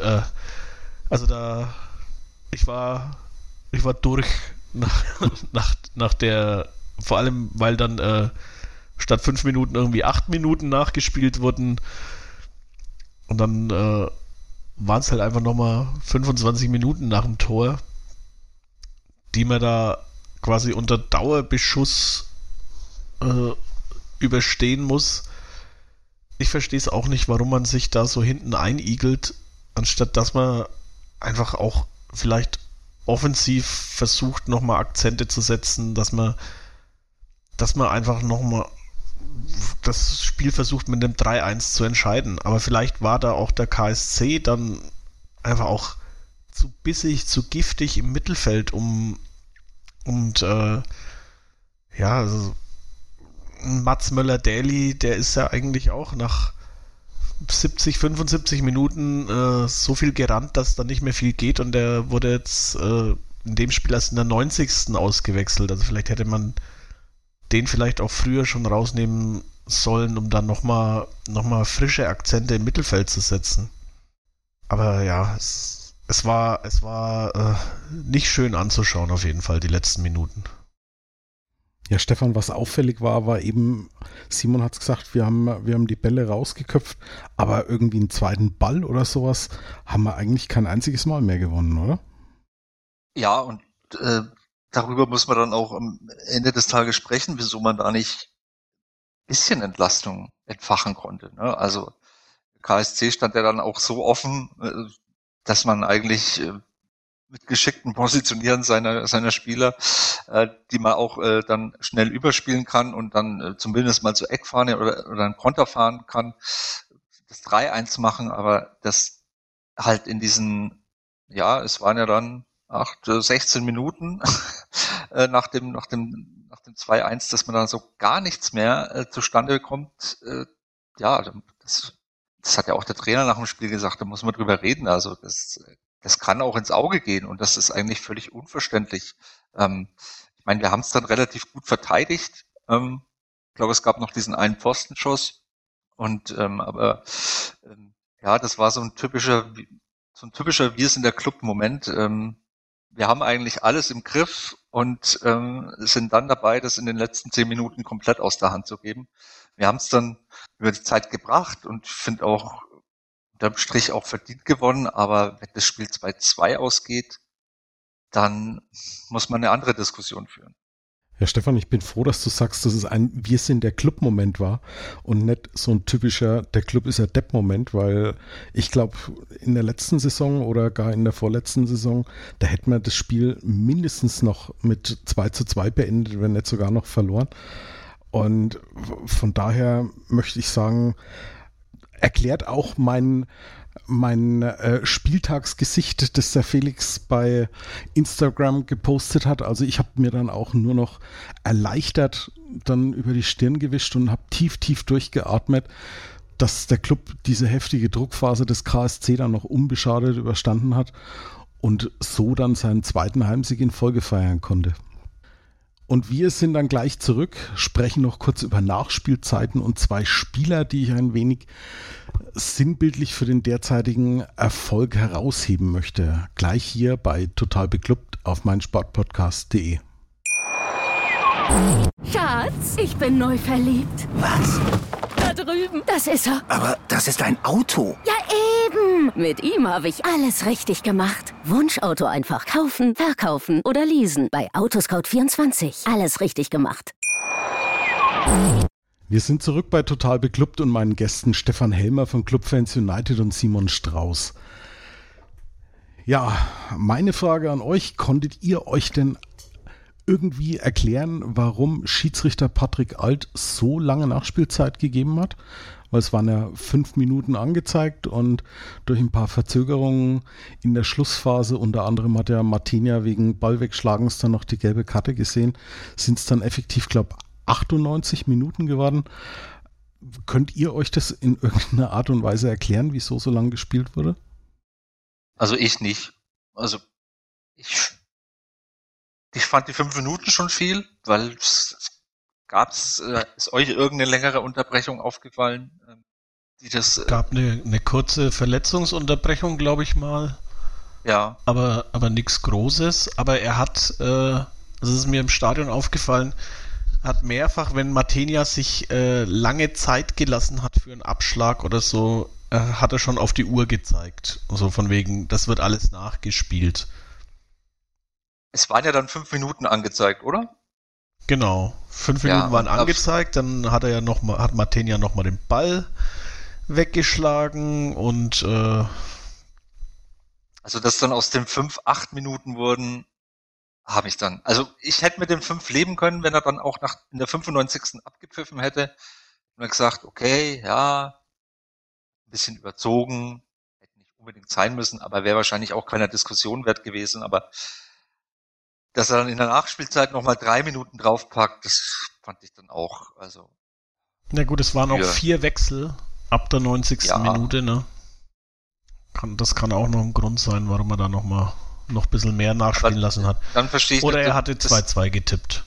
ich war durch nach der, vor allem weil dann statt 5 Minuten irgendwie 8 Minuten nachgespielt wurden und dann waren es halt einfach nochmal 25 Minuten nach dem Tor, die man da quasi unter Dauerbeschuss überstehen muss. Ich verstehe es auch nicht, warum man sich da so hinten einigelt, anstatt dass man einfach auch vielleicht offensiv versucht, nochmal Akzente zu setzen, dass man einfach nochmal das Spiel versucht mit einem 3-1 zu entscheiden. Aber vielleicht war da auch der KSC dann einfach auch zu bissig, zu giftig im Mittelfeld, also Mats Möller-Daly, der ist ja eigentlich auch nach 70, 75 Minuten so viel gerannt, dass da nicht mehr viel geht und der wurde jetzt in dem Spiel erst in der 90. ausgewechselt. Also vielleicht hätte man den vielleicht auch früher schon rausnehmen sollen, um dann nochmal frische Akzente im Mittelfeld zu setzen. Aber ja, es war nicht schön anzuschauen auf jeden Fall, die letzten Minuten. Ja, Stefan, was auffällig war eben, Simon hat es gesagt, wir haben die Bälle rausgeköpft, aber irgendwie einen zweiten Ball oder sowas haben wir eigentlich kein einziges Mal mehr gewonnen, oder? Ja, und darüber muss man dann auch am Ende des Tages sprechen, wieso man da nicht ein bisschen Entlastung entfachen konnte. Ne? Also KSC stand ja dann auch so offen, dass man eigentlich mit geschicktem Positionieren seiner Spieler, die man auch dann schnell überspielen kann und dann zumindest mal zur Eckfahne oder einen Konter fahren kann, das 3-1 machen, aber das halt in diesen, ja, es waren ja dann 16 Minuten nach dem 2-1, dass man dann so gar nichts mehr zustande kommt. Das hat ja auch der Trainer nach dem Spiel gesagt, da muss man drüber reden. Also das kann auch ins Auge gehen und das ist eigentlich völlig unverständlich. Ich meine, wir haben es dann relativ gut verteidigt. Ich glaube, es gab noch diesen einen Pfostenschuss das war so ein typischer Wir sind der Club-Moment. Wir haben eigentlich alles im Griff und sind dann dabei, das in den letzten 10 Minuten komplett aus der Hand zu geben. Wir haben es dann über die Zeit gebracht und ich finde auch unterm Strich auch verdient gewonnen, aber wenn das Spiel 2-2 ausgeht, dann muss man eine andere Diskussion führen. Ja, Stefan, ich bin froh, dass du sagst, dass es ein Wir sind der Club-Moment war und nicht so ein typischer Der Club ist der Depp-Moment, weil ich glaube, in der letzten Saison oder gar in der vorletzten Saison, da hätten wir das Spiel mindestens noch mit 2-2 beendet, wenn nicht sogar noch verloren. Und von daher möchte ich sagen, erklärt auch mein Spieltagsgesicht, das der Felix bei Instagram gepostet hat. Also ich habe mir dann auch nur noch erleichtert dann über die Stirn gewischt und habe tief durchgeatmet, dass der Club diese heftige Druckphase des KSC dann noch unbeschadet überstanden hat und so dann seinen zweiten Heimsieg in Folge feiern konnte. Und wir sind dann gleich zurück, sprechen noch kurz über Nachspielzeiten und 2 Spieler, die ich ein wenig sinnbildlich für den derzeitigen Erfolg herausheben möchte. Gleich hier bei Total Beklubbt auf meinsportpodcast.de. Schatz, ich bin neu verliebt. Was? Da drüben. Das ist er. Aber das ist ein Auto. Ja, eben. Mit ihm habe ich alles richtig gemacht. Wunschauto einfach kaufen, verkaufen oder leasen. Bei Autoscout24. Alles richtig gemacht. Wir sind zurück bei Total Beklubbt und meinen Gästen Stefan Helmer von Clubfans United und Simon Strauß. Ja, meine Frage an euch, konntet ihr euch denn irgendwie erklären, warum Schiedsrichter Patrick Alt so lange Nachspielzeit gegeben hat? Weil es waren ja 5 Minuten angezeigt und durch ein paar Verzögerungen in der Schlussphase, unter anderem hat ja Martinia wegen Ballwegschlagens dann noch die gelbe Karte gesehen, sind es dann effektiv, glaube ich, 98 Minuten geworden. Könnt ihr euch das in irgendeiner Art und Weise erklären, wieso so lange gespielt wurde? Also ich nicht. Also ich fand die 5 Minuten schon viel, weil ist euch irgendeine längere Unterbrechung aufgefallen, die das... Gab eine kurze Verletzungsunterbrechung, glaube ich mal. Ja. Aber nichts Großes. Aber er hat, das ist mir im Stadion aufgefallen, hat mehrfach, wenn Martinia sich lange Zeit gelassen hat für einen Abschlag oder so, hat er schon auf die Uhr gezeigt. So von wegen, das wird alles nachgespielt. Es waren ja dann 5 Minuten angezeigt, oder? Genau, 5 Minuten waren angezeigt, dann hat Martinia nochmal den Ball weggeschlagen und also dass dann aus den 5 8 Minuten wurden, habe ich dann. Also ich hätte mit dem 5 leben können, wenn er dann auch in der 95. abgepfiffen hätte und gesagt, okay, ja, ein bisschen überzogen, hätte nicht unbedingt sein müssen, aber wäre wahrscheinlich auch keiner Diskussion wert gewesen, aber dass er dann in der Nachspielzeit nochmal 3 Minuten draufpackt, das fand ich dann auch, also. Na gut, es waren auch 4 Wechsel ab der 90. Minute, ne? Das kann auch noch ein Grund sein, warum er da noch ein bisschen mehr nachspielen lassen hat. Dann verstehe ich. Oder er hatte 2-2 getippt.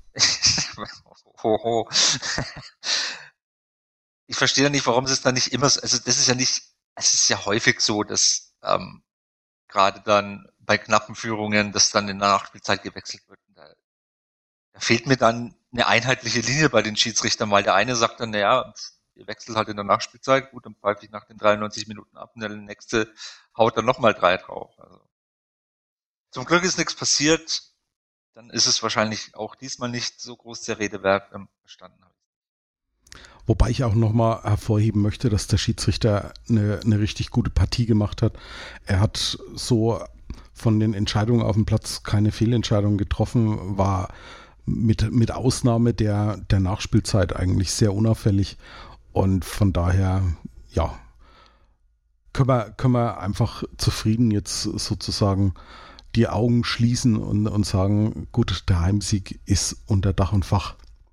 Ich verstehe ja nicht, warum es dann nicht immer so, also das ist ja nicht, es ist ja häufig so, dass gerade dann bei knappen Führungen, dass dann in der Nachspielzeit gewechselt wird. Da fehlt mir dann eine einheitliche Linie bei den Schiedsrichtern, weil der eine sagt dann, naja, ihr wechselt halt in der Nachspielzeit, gut, dann pfeife ich nach den 93 Minuten ab und der nächste haut dann nochmal 3 drauf. Also, zum Glück ist nichts passiert, dann ist es wahrscheinlich auch diesmal nicht so groß der Rede wert, verstanden habe. Wobei ich auch nochmal hervorheben möchte, dass der Schiedsrichter eine richtig gute Partie gemacht hat. Er hat so von den Entscheidungen auf dem Platz keine Fehlentscheidungen getroffen, war mit Ausnahme der Nachspielzeit eigentlich sehr unauffällig und von daher, ja, können wir einfach zufrieden jetzt sozusagen die Augen schließen und sagen, gut, der Heimsieg ist unter Dach und Fach.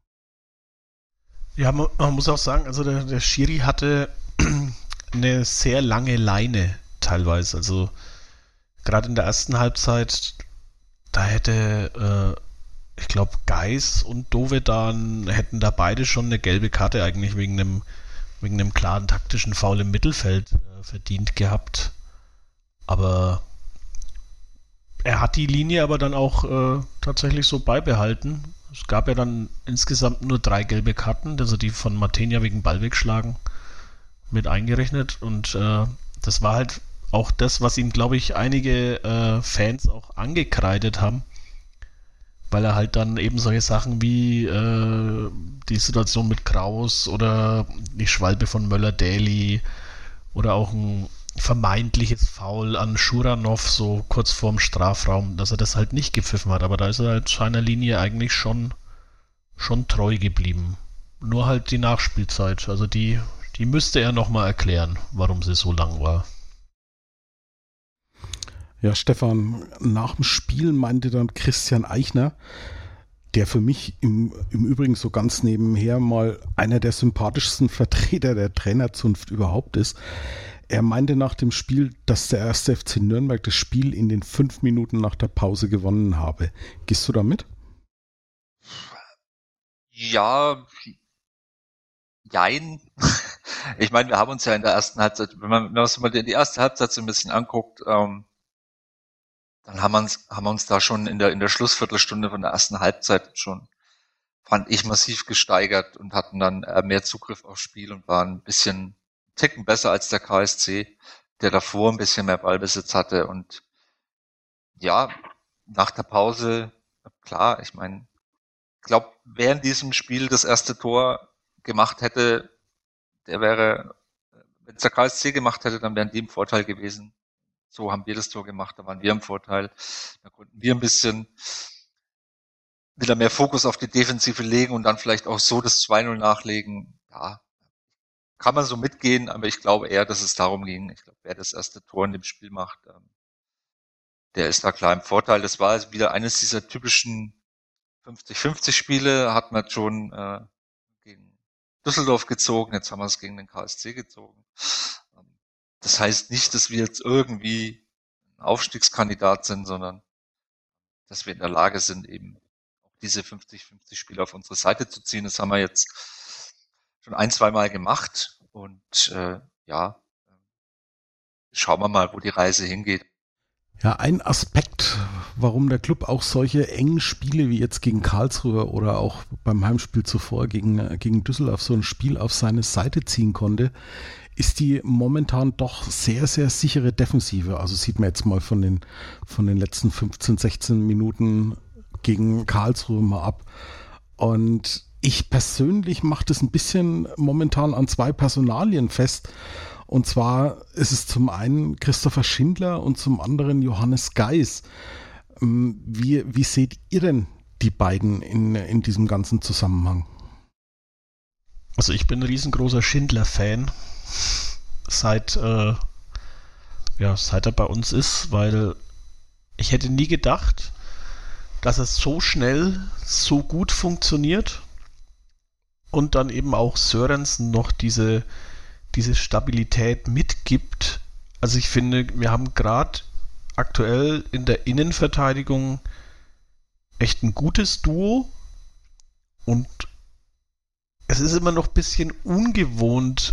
Ja, man muss auch sagen, also der Schiri hatte eine sehr lange Leine teilweise. Also gerade in der ersten Halbzeit, da hätte, ich glaube, Geis und Dovedan hätten da beide schon eine gelbe Karte eigentlich wegen einem klaren taktischen Foul im Mittelfeld verdient gehabt. Aber er hat die Linie aber dann auch tatsächlich so beibehalten. Es gab ja dann insgesamt nur 3 gelbe Karten, also die von Matenia wegen Ball wegschlagen mit eingerechnet. Und das war halt auch das, was ihm, glaube ich, einige Fans auch angekreidet haben, weil er halt dann eben solche Sachen wie die Situation mit Kraus oder die Schwalbe von Möller-Daly oder auch ein vermeintliches Foul an Schuranov so kurz vorm Strafraum, dass er das halt nicht gepfiffen hat. Aber da ist er halt seiner Linie eigentlich schon treu geblieben. Nur halt die Nachspielzeit, also die müsste er nochmal erklären, warum sie so lang war. Ja, Stefan, nach dem Spiel meinte dann Christian Eichner, der für mich im Übrigen so ganz nebenher mal einer der sympathischsten Vertreter der Trainerzunft überhaupt ist. Er meinte nach dem Spiel, dass der 1. FC Nürnberg das Spiel in den 5 Minuten nach der Pause gewonnen habe. Gehst du da mit? Ja, jein. Ich meine, wir haben uns ja in der ersten Halbzeit, wenn man sich mal die erste Halbzeit so ein bisschen anguckt, dann haben wir uns da schon in der Schlussviertelstunde von der ersten Halbzeit schon, fand ich, massiv gesteigert und hatten dann mehr Zugriff aufs Spiel und waren ein bisschen Ticken besser als der KSC, der davor ein bisschen mehr Ballbesitz hatte. Und ja, nach der Pause, klar, ich meine, ich glaube, wer in diesem Spiel das erste Tor gemacht hätte, der wäre, wenn es der KSC gemacht hätte, dann wären die im Vorteil gewesen. So haben wir das Tor gemacht, da waren wir im Vorteil. Da konnten wir ein bisschen wieder mehr Fokus auf die Defensive legen und dann vielleicht auch so das 2-0 nachlegen. Ja, kann man so mitgehen, aber ich glaube eher, dass es darum ging. Ich glaube, wer das erste Tor in dem Spiel macht, der ist da klar im Vorteil. Das war also wieder eines dieser typischen 50-50 Spiele, hat man schon gegen Düsseldorf gezogen, jetzt haben wir es gegen den KSC gezogen. Das heißt nicht, dass wir jetzt irgendwie ein Aufstiegskandidat sind, sondern dass wir in der Lage sind, eben auch diese 50-50 Spiele auf unsere Seite zu ziehen. Das haben wir jetzt schon 1-2 Mal gemacht und schauen wir mal, wo die Reise hingeht. Ja, ein Aspekt, warum der Club auch solche engen Spiele wie jetzt gegen Karlsruhe oder auch beim Heimspiel zuvor gegen Düsseldorf so ein Spiel auf seine Seite ziehen konnte, ist die momentan doch sehr, sehr sichere Defensive. Also sieht man jetzt mal von den letzten 15, 16 Minuten gegen Karlsruhe mal ab. Und ich persönlich mache das ein bisschen momentan an 2 Personalien fest. Und zwar ist es zum einen Christopher Schindler und zum anderen Johannes Geis. Wie seht ihr denn die beiden in diesem ganzen Zusammenhang? Also ich bin ein riesengroßer Schindler-Fan, seit er bei uns ist, weil ich hätte nie gedacht, dass es so schnell so gut funktioniert und dann eben auch Sørensen noch diese Stabilität mitgibt. Also ich finde, wir haben gerade aktuell in der Innenverteidigung echt ein gutes Duo und es ist immer noch ein bisschen ungewohnt,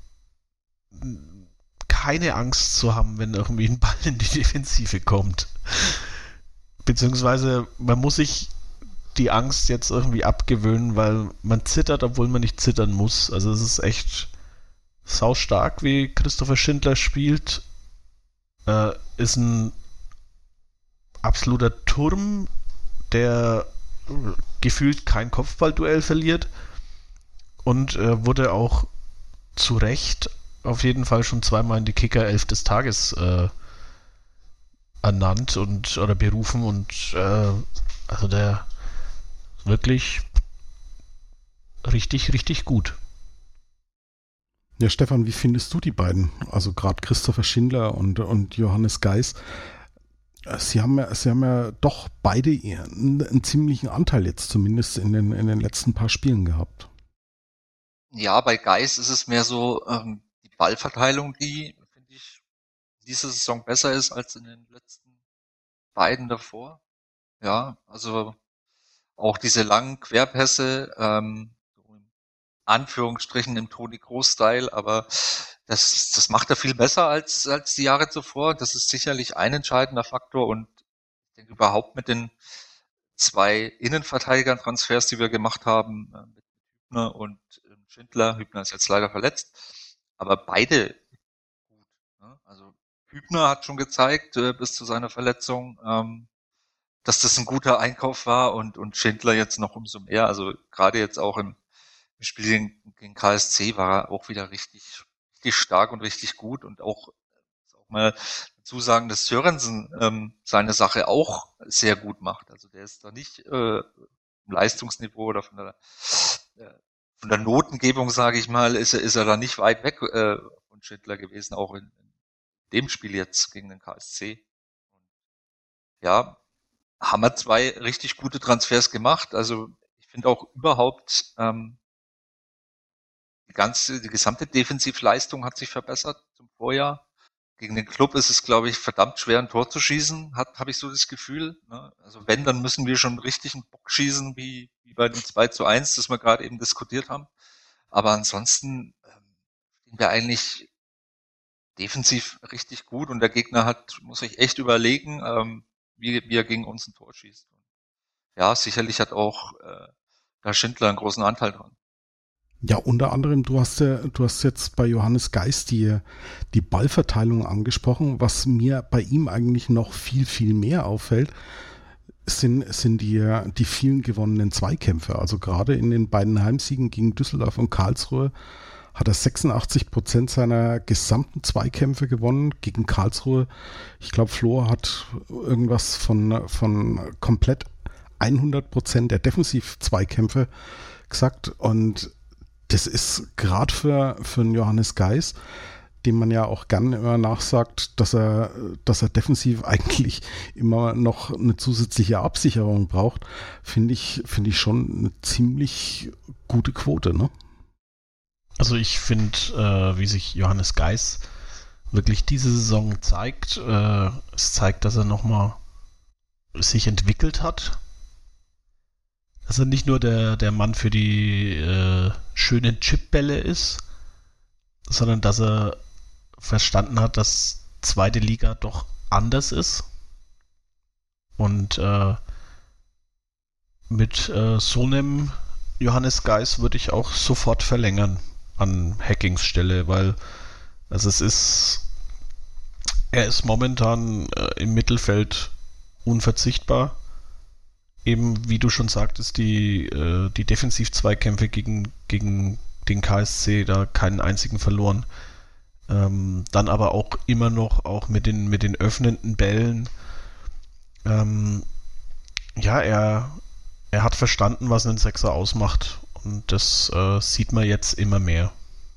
keine Angst zu haben, wenn irgendwie ein Ball in die Defensive kommt. Beziehungsweise man muss sich die Angst jetzt irgendwie abgewöhnen, weil man zittert, obwohl man nicht zittern muss. Also es ist echt saustark, wie Christopher Schindler spielt. Ist ein absoluter Turm, der gefühlt kein Kopfballduell verliert und wurde auch zu Recht auf jeden Fall schon 2-mal in die Kicker 11 des Tages ernannt oder berufen und also der wirklich richtig, richtig gut. Ja, Stefan, wie findest du die beiden? Also gerade Christopher Schindler und Johannes Geis. Sie haben ja doch beide einen ziemlichen Anteil jetzt zumindest in den letzten paar Spielen gehabt. Ja, bei Geis ist es mehr so die Ballverteilung, die, finde ich, diese Saison besser ist als in den letzten beiden davor. Ja, also auch diese langen Querpässe, so in Anführungsstrichen im Toni Kroos-Style, aber das macht er viel besser als die Jahre zuvor. Das ist sicherlich ein entscheidender Faktor und denke überhaupt mit den 2 Innenverteidiger-Transfers, die wir gemacht haben, mit Hübner und Schindler. Hübner ist jetzt leider verletzt, aber beide gut. Ne? Also Hübner hat schon gezeigt, bis zu seiner Verletzung, dass das ein guter Einkauf war und Schindler jetzt noch umso mehr. Also gerade jetzt auch im Spiel gegen KSC war er auch wieder richtig stark und richtig gut und auch mal dazu sagen, dass Sørensen seine Sache auch sehr gut macht. Also der ist da nicht im Leistungsniveau oder von der Notengebung, sage ich mal, ist er da nicht weit weg von Schindler gewesen, auch in dem Spiel jetzt gegen den KSC. Ja, haben wir 2 richtig gute Transfers gemacht. Also ich finde auch überhaupt die gesamte Defensivleistung hat sich verbessert zum Vorjahr. Gegen den Club ist es, glaube ich, verdammt schwer, ein Tor zu schießen, habe ich so das Gefühl. Ne? Also wenn, dann müssen wir schon richtig einen Bock schießen, wie bei dem 2:1, das wir gerade eben diskutiert haben. Aber ansonsten sind wir eigentlich defensiv richtig gut und der Gegner muss sich echt überlegen, wie er gegen uns ein Tor schießt. Ja, sicherlich hat auch der Schindler einen großen Anteil dran. Ja, unter anderem, du hast jetzt bei Johannes Geis die Ballverteilung angesprochen. Was mir bei ihm eigentlich noch viel, viel mehr auffällt, sind die vielen gewonnenen Zweikämpfe. Also gerade in den beiden Heimsiegen gegen Düsseldorf und Karlsruhe hat er 86% seiner gesamten Zweikämpfe gewonnen. Gegen Karlsruhe, ich glaube, Flo hat irgendwas von komplett 100% der Defensiv-Zweikämpfe gesagt. Und das ist gerade für einen Johannes Geis, dem man ja auch gerne immer nachsagt, dass er defensiv eigentlich immer noch eine zusätzliche Absicherung braucht, finde ich schon eine ziemlich gute Quote, ne? Also ich finde, wie sich Johannes Geis wirklich diese Saison zeigt, es zeigt, dass er nochmal sich entwickelt hat. Dass er nicht nur der Mann für die schönen Chipbälle ist, sondern dass er verstanden hat, dass zweite Liga doch anders ist. Und mit so einem Johannes Geis würde ich auch sofort verlängern an Hackings Stelle, weil also er ist momentan im Mittelfeld unverzichtbar. Eben, wie du schon sagtest, die Defensiv-Zweikämpfe gegen den KSC, da keinen einzigen verloren. Dann aber auch immer noch auch mit den öffnenden Bällen. Ja, er hat verstanden, was einen Sechser ausmacht. Und das sieht man jetzt immer mehr.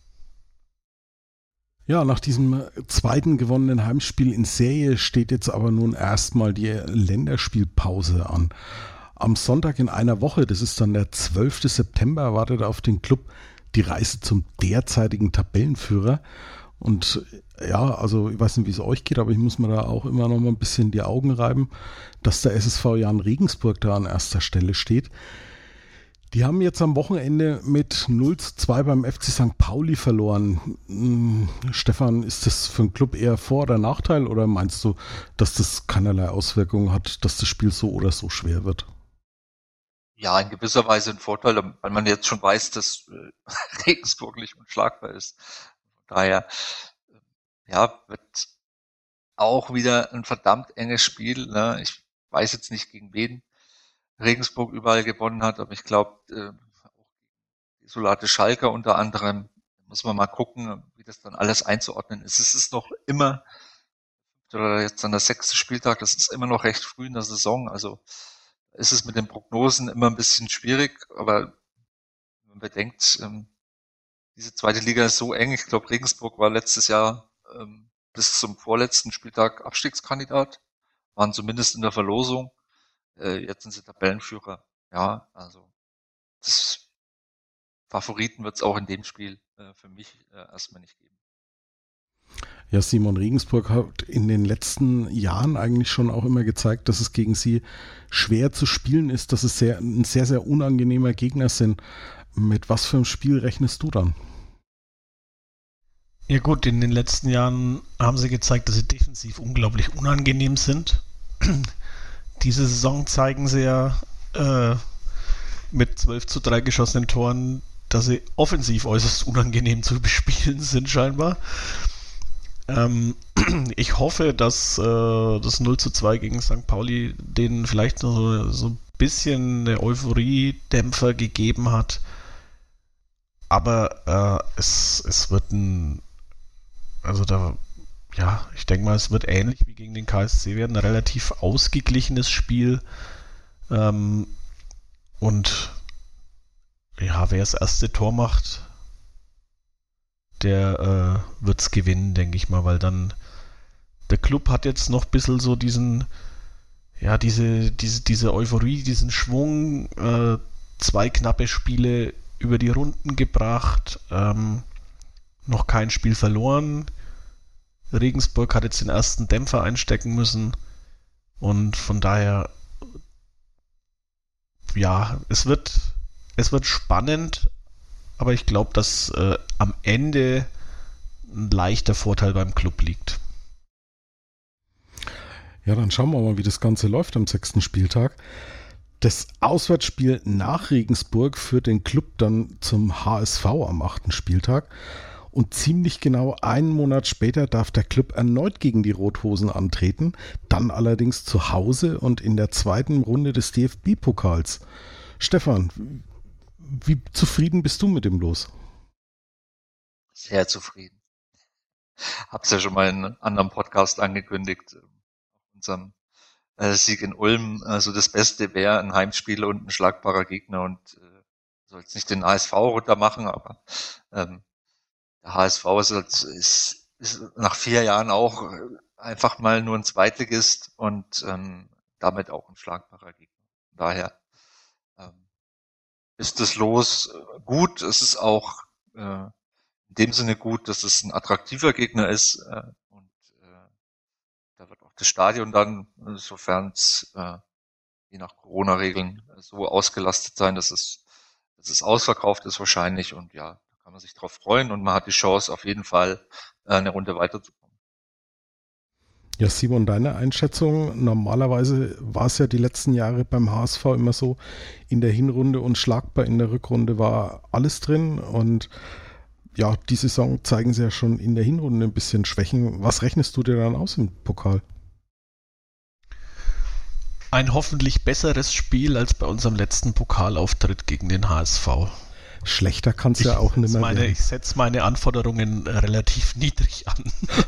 Ja, nach diesem zweiten gewonnenen Heimspiel in Serie steht jetzt aber nun erstmal die Länderspielpause an. Am Sonntag in einer Woche, das ist dann der 12. September, wartet auf den Club die Reise zum derzeitigen Tabellenführer. Und ja, also ich weiß nicht, wie es euch geht, aber ich muss mir da auch immer noch mal ein bisschen die Augen reiben, dass der SSV Jahn Regensburg da an erster Stelle steht. Die haben jetzt am Wochenende mit 0:2 beim FC St. Pauli verloren. Stefan, ist das für einen Club eher Vor- oder Nachteil oder meinst du, dass das keinerlei Auswirkungen hat, dass das Spiel so oder so schwer wird? Ja, in gewisser Weise ein Vorteil, weil man jetzt schon weiß, dass Regensburg nicht unschlagbar ist. Von daher, ja, wird auch wieder ein verdammt enges Spiel. Ne? Ich weiß jetzt nicht, gegen wen Regensburg überall gewonnen hat, aber ich glaube, auch Isolate Schalker unter anderem, muss man mal gucken, wie das dann alles einzuordnen ist. Es ist noch immer, oder jetzt dann der 6. Spieltag, das ist immer noch recht früh in der Saison, also ist es mit den Prognosen immer ein bisschen schwierig, aber wenn man bedenkt, diese zweite Liga ist so eng, ich glaube Regensburg war letztes Jahr bis zum vorletzten Spieltag Abstiegskandidat, waren zumindest in der Verlosung. Jetzt sind sie Tabellenführer. Ja, also das Favoriten wird es auch in dem Spiel für mich erstmal nicht geben. Ja, Simon, Regensburg hat in den letzten Jahren eigentlich schon auch immer gezeigt, dass es gegen sie schwer zu spielen ist, dass es ein sehr, sehr unangenehmer Gegner sind. Mit was für einem Spiel rechnest du dann? Ja gut, in den letzten Jahren haben sie gezeigt, dass sie defensiv unglaublich unangenehm sind. diese Saison zeigen sie ja mit 12:3 geschossenen Toren, dass sie offensiv äußerst unangenehm zu bespielen sind scheinbar. Ich hoffe, dass das 0:2 gegen St. Pauli denen vielleicht noch so ein bisschen eine Euphorie-Dämpfer gegeben hat. Aber es wird ich denke mal, es wird ähnlich wie gegen den KSC werden, ein relativ ausgeglichenes Spiel. Und ja, wer das erste Tor macht, der wird es gewinnen, denke ich mal, weil dann der Club hat jetzt noch ein bisschen so diese Euphorie, diesen Schwung, 2 knappe Spiele über die Runden gebracht, noch kein Spiel verloren. Regensburg hat jetzt den ersten Dämpfer einstecken müssen und von daher, ja, es wird spannend, aber ich glaube, dass am Ende ein leichter Vorteil beim Club liegt. Ja, dann schauen wir mal, wie das Ganze läuft am 6. Spieltag. Das Auswärtsspiel nach Regensburg führt den Club dann zum HSV am 8. Spieltag. Und ziemlich genau einen Monat später darf der Club erneut gegen die Rothosen antreten, dann allerdings zu Hause und in der 2. Runde des DFB-Pokals. Stefan, wie zufrieden bist du mit dem Los? Sehr zufrieden. Hab's ja schon mal in einem anderen Podcast angekündigt. Unserem Sieg in Ulm. Also das Beste wäre ein Heimspiel und ein schlagbarer Gegner und soll jetzt nicht den HSV runtermachen, aber der HSV ist nach 4 Jahren auch einfach mal nur ein Zweitligist und damit auch ein schlagbarer Gegner. Daher ist das Los gut. Es ist auch in dem Sinne gut, dass es ein attraktiver Gegner ist und da wird auch das Stadion dann, sofern es je nach Corona-Regeln so ausgelastet sein, dass es ausverkauft ist wahrscheinlich und ja, kann man sich drauf freuen und man hat die Chance, auf jeden Fall eine Runde weiterzukommen. Ja, Simon, deine Einschätzung, normalerweise war es ja die letzten Jahre beim HSV immer so, in der Hinrunde unschlagbar, in der Rückrunde war alles drin und ja, die Saison zeigen sie ja schon in der Hinrunde ein bisschen Schwächen. Was rechnest du dir dann aus im Pokal? Ein hoffentlich besseres Spiel als bei unserem letzten Pokalauftritt gegen den HSV. Schlechter kann es ja auch nicht mehr werden. Ich setze meine Anforderungen relativ niedrig an.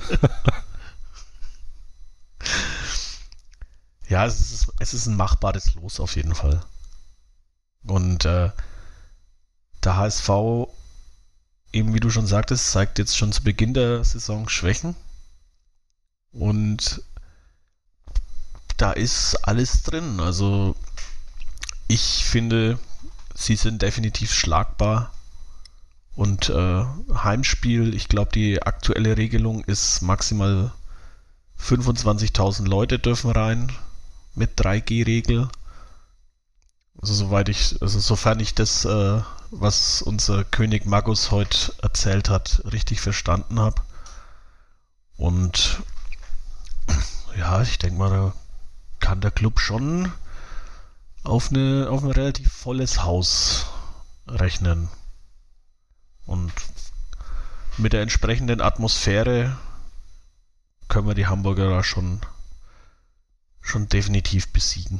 Ja, es ist ein machbares Los auf jeden Fall. Und der HSV, eben wie du schon sagtest, zeigt jetzt schon zu Beginn der Saison Schwächen. Und da ist alles drin. Also ich finde, sie sind definitiv schlagbar und Heimspiel, ich glaube, die aktuelle Regelung ist maximal 25.000 Leute dürfen rein mit 3G-Regel. Also sofern ich das, was unser König Magus heute erzählt hat, richtig verstanden habe. Und ja, ich denke mal, da kann der Club schon auf ein relativ volles Haus rechnen. Und mit der entsprechenden Atmosphäre können wir die Hamburger da schon definitiv besiegen.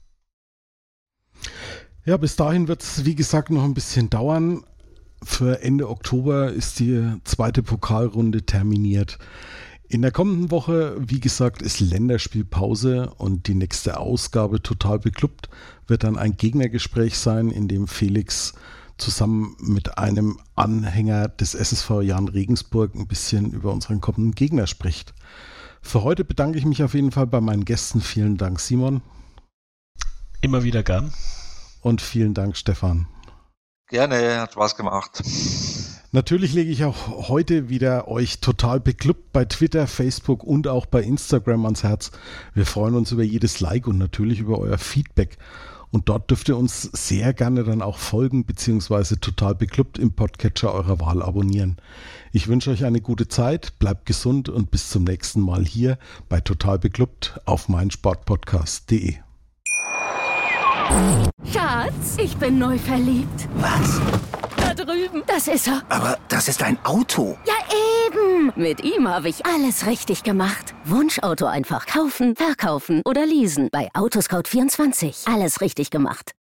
Ja, bis dahin wird es, wie gesagt, noch ein bisschen dauern. Für Ende Oktober ist die 2. Pokalrunde terminiert. In der kommenden Woche, wie gesagt, ist Länderspielpause und die nächste Ausgabe Total Beklubbt wird dann ein Gegnergespräch sein, in dem Felix zusammen mit einem Anhänger des SSV Jahn Regensburg ein bisschen über unseren kommenden Gegner spricht. Für heute bedanke ich mich auf jeden Fall bei meinen Gästen. Vielen Dank, Simon. Immer wieder gern. Und vielen Dank, Stefan. Gerne, hat Spaß gemacht. Natürlich lege ich auch heute wieder euch Total Beklubbt bei Twitter, Facebook und auch bei Instagram ans Herz. Wir freuen uns über jedes Like und natürlich über euer Feedback. Und dort dürft ihr uns sehr gerne dann auch folgen bzw. Total Beklubbt im Podcatcher eurer Wahl abonnieren. Ich wünsche euch eine gute Zeit, bleibt gesund und bis zum nächsten Mal hier bei Total Beklubbt auf meinsportpodcast.de. Schatz, ich bin neu verliebt. Was? Da drüben. Das ist er. Aber das ist ein Auto. Ja, eben. Mit ihm habe ich alles richtig gemacht. Wunschauto einfach kaufen, verkaufen oder leasen. Bei Autoscout24. Alles richtig gemacht.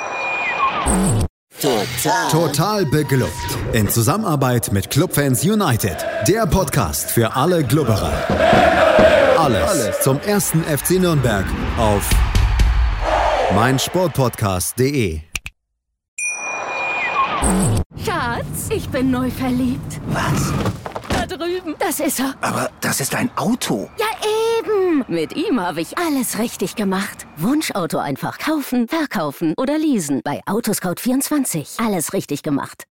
Total beglückt. In Zusammenarbeit mit Clubfans United. Der Podcast für alle Glubberer. Alles zum ersten FC Nürnberg auf meinsportpodcast.de. Schatz, ich bin neu verliebt. Was? Da drüben. Das ist er. Aber das ist ein Auto. Ja, eben. Mit ihm habe ich alles richtig gemacht. Wunschauto einfach kaufen, verkaufen oder leasen. Bei Autoscout24. Alles richtig gemacht.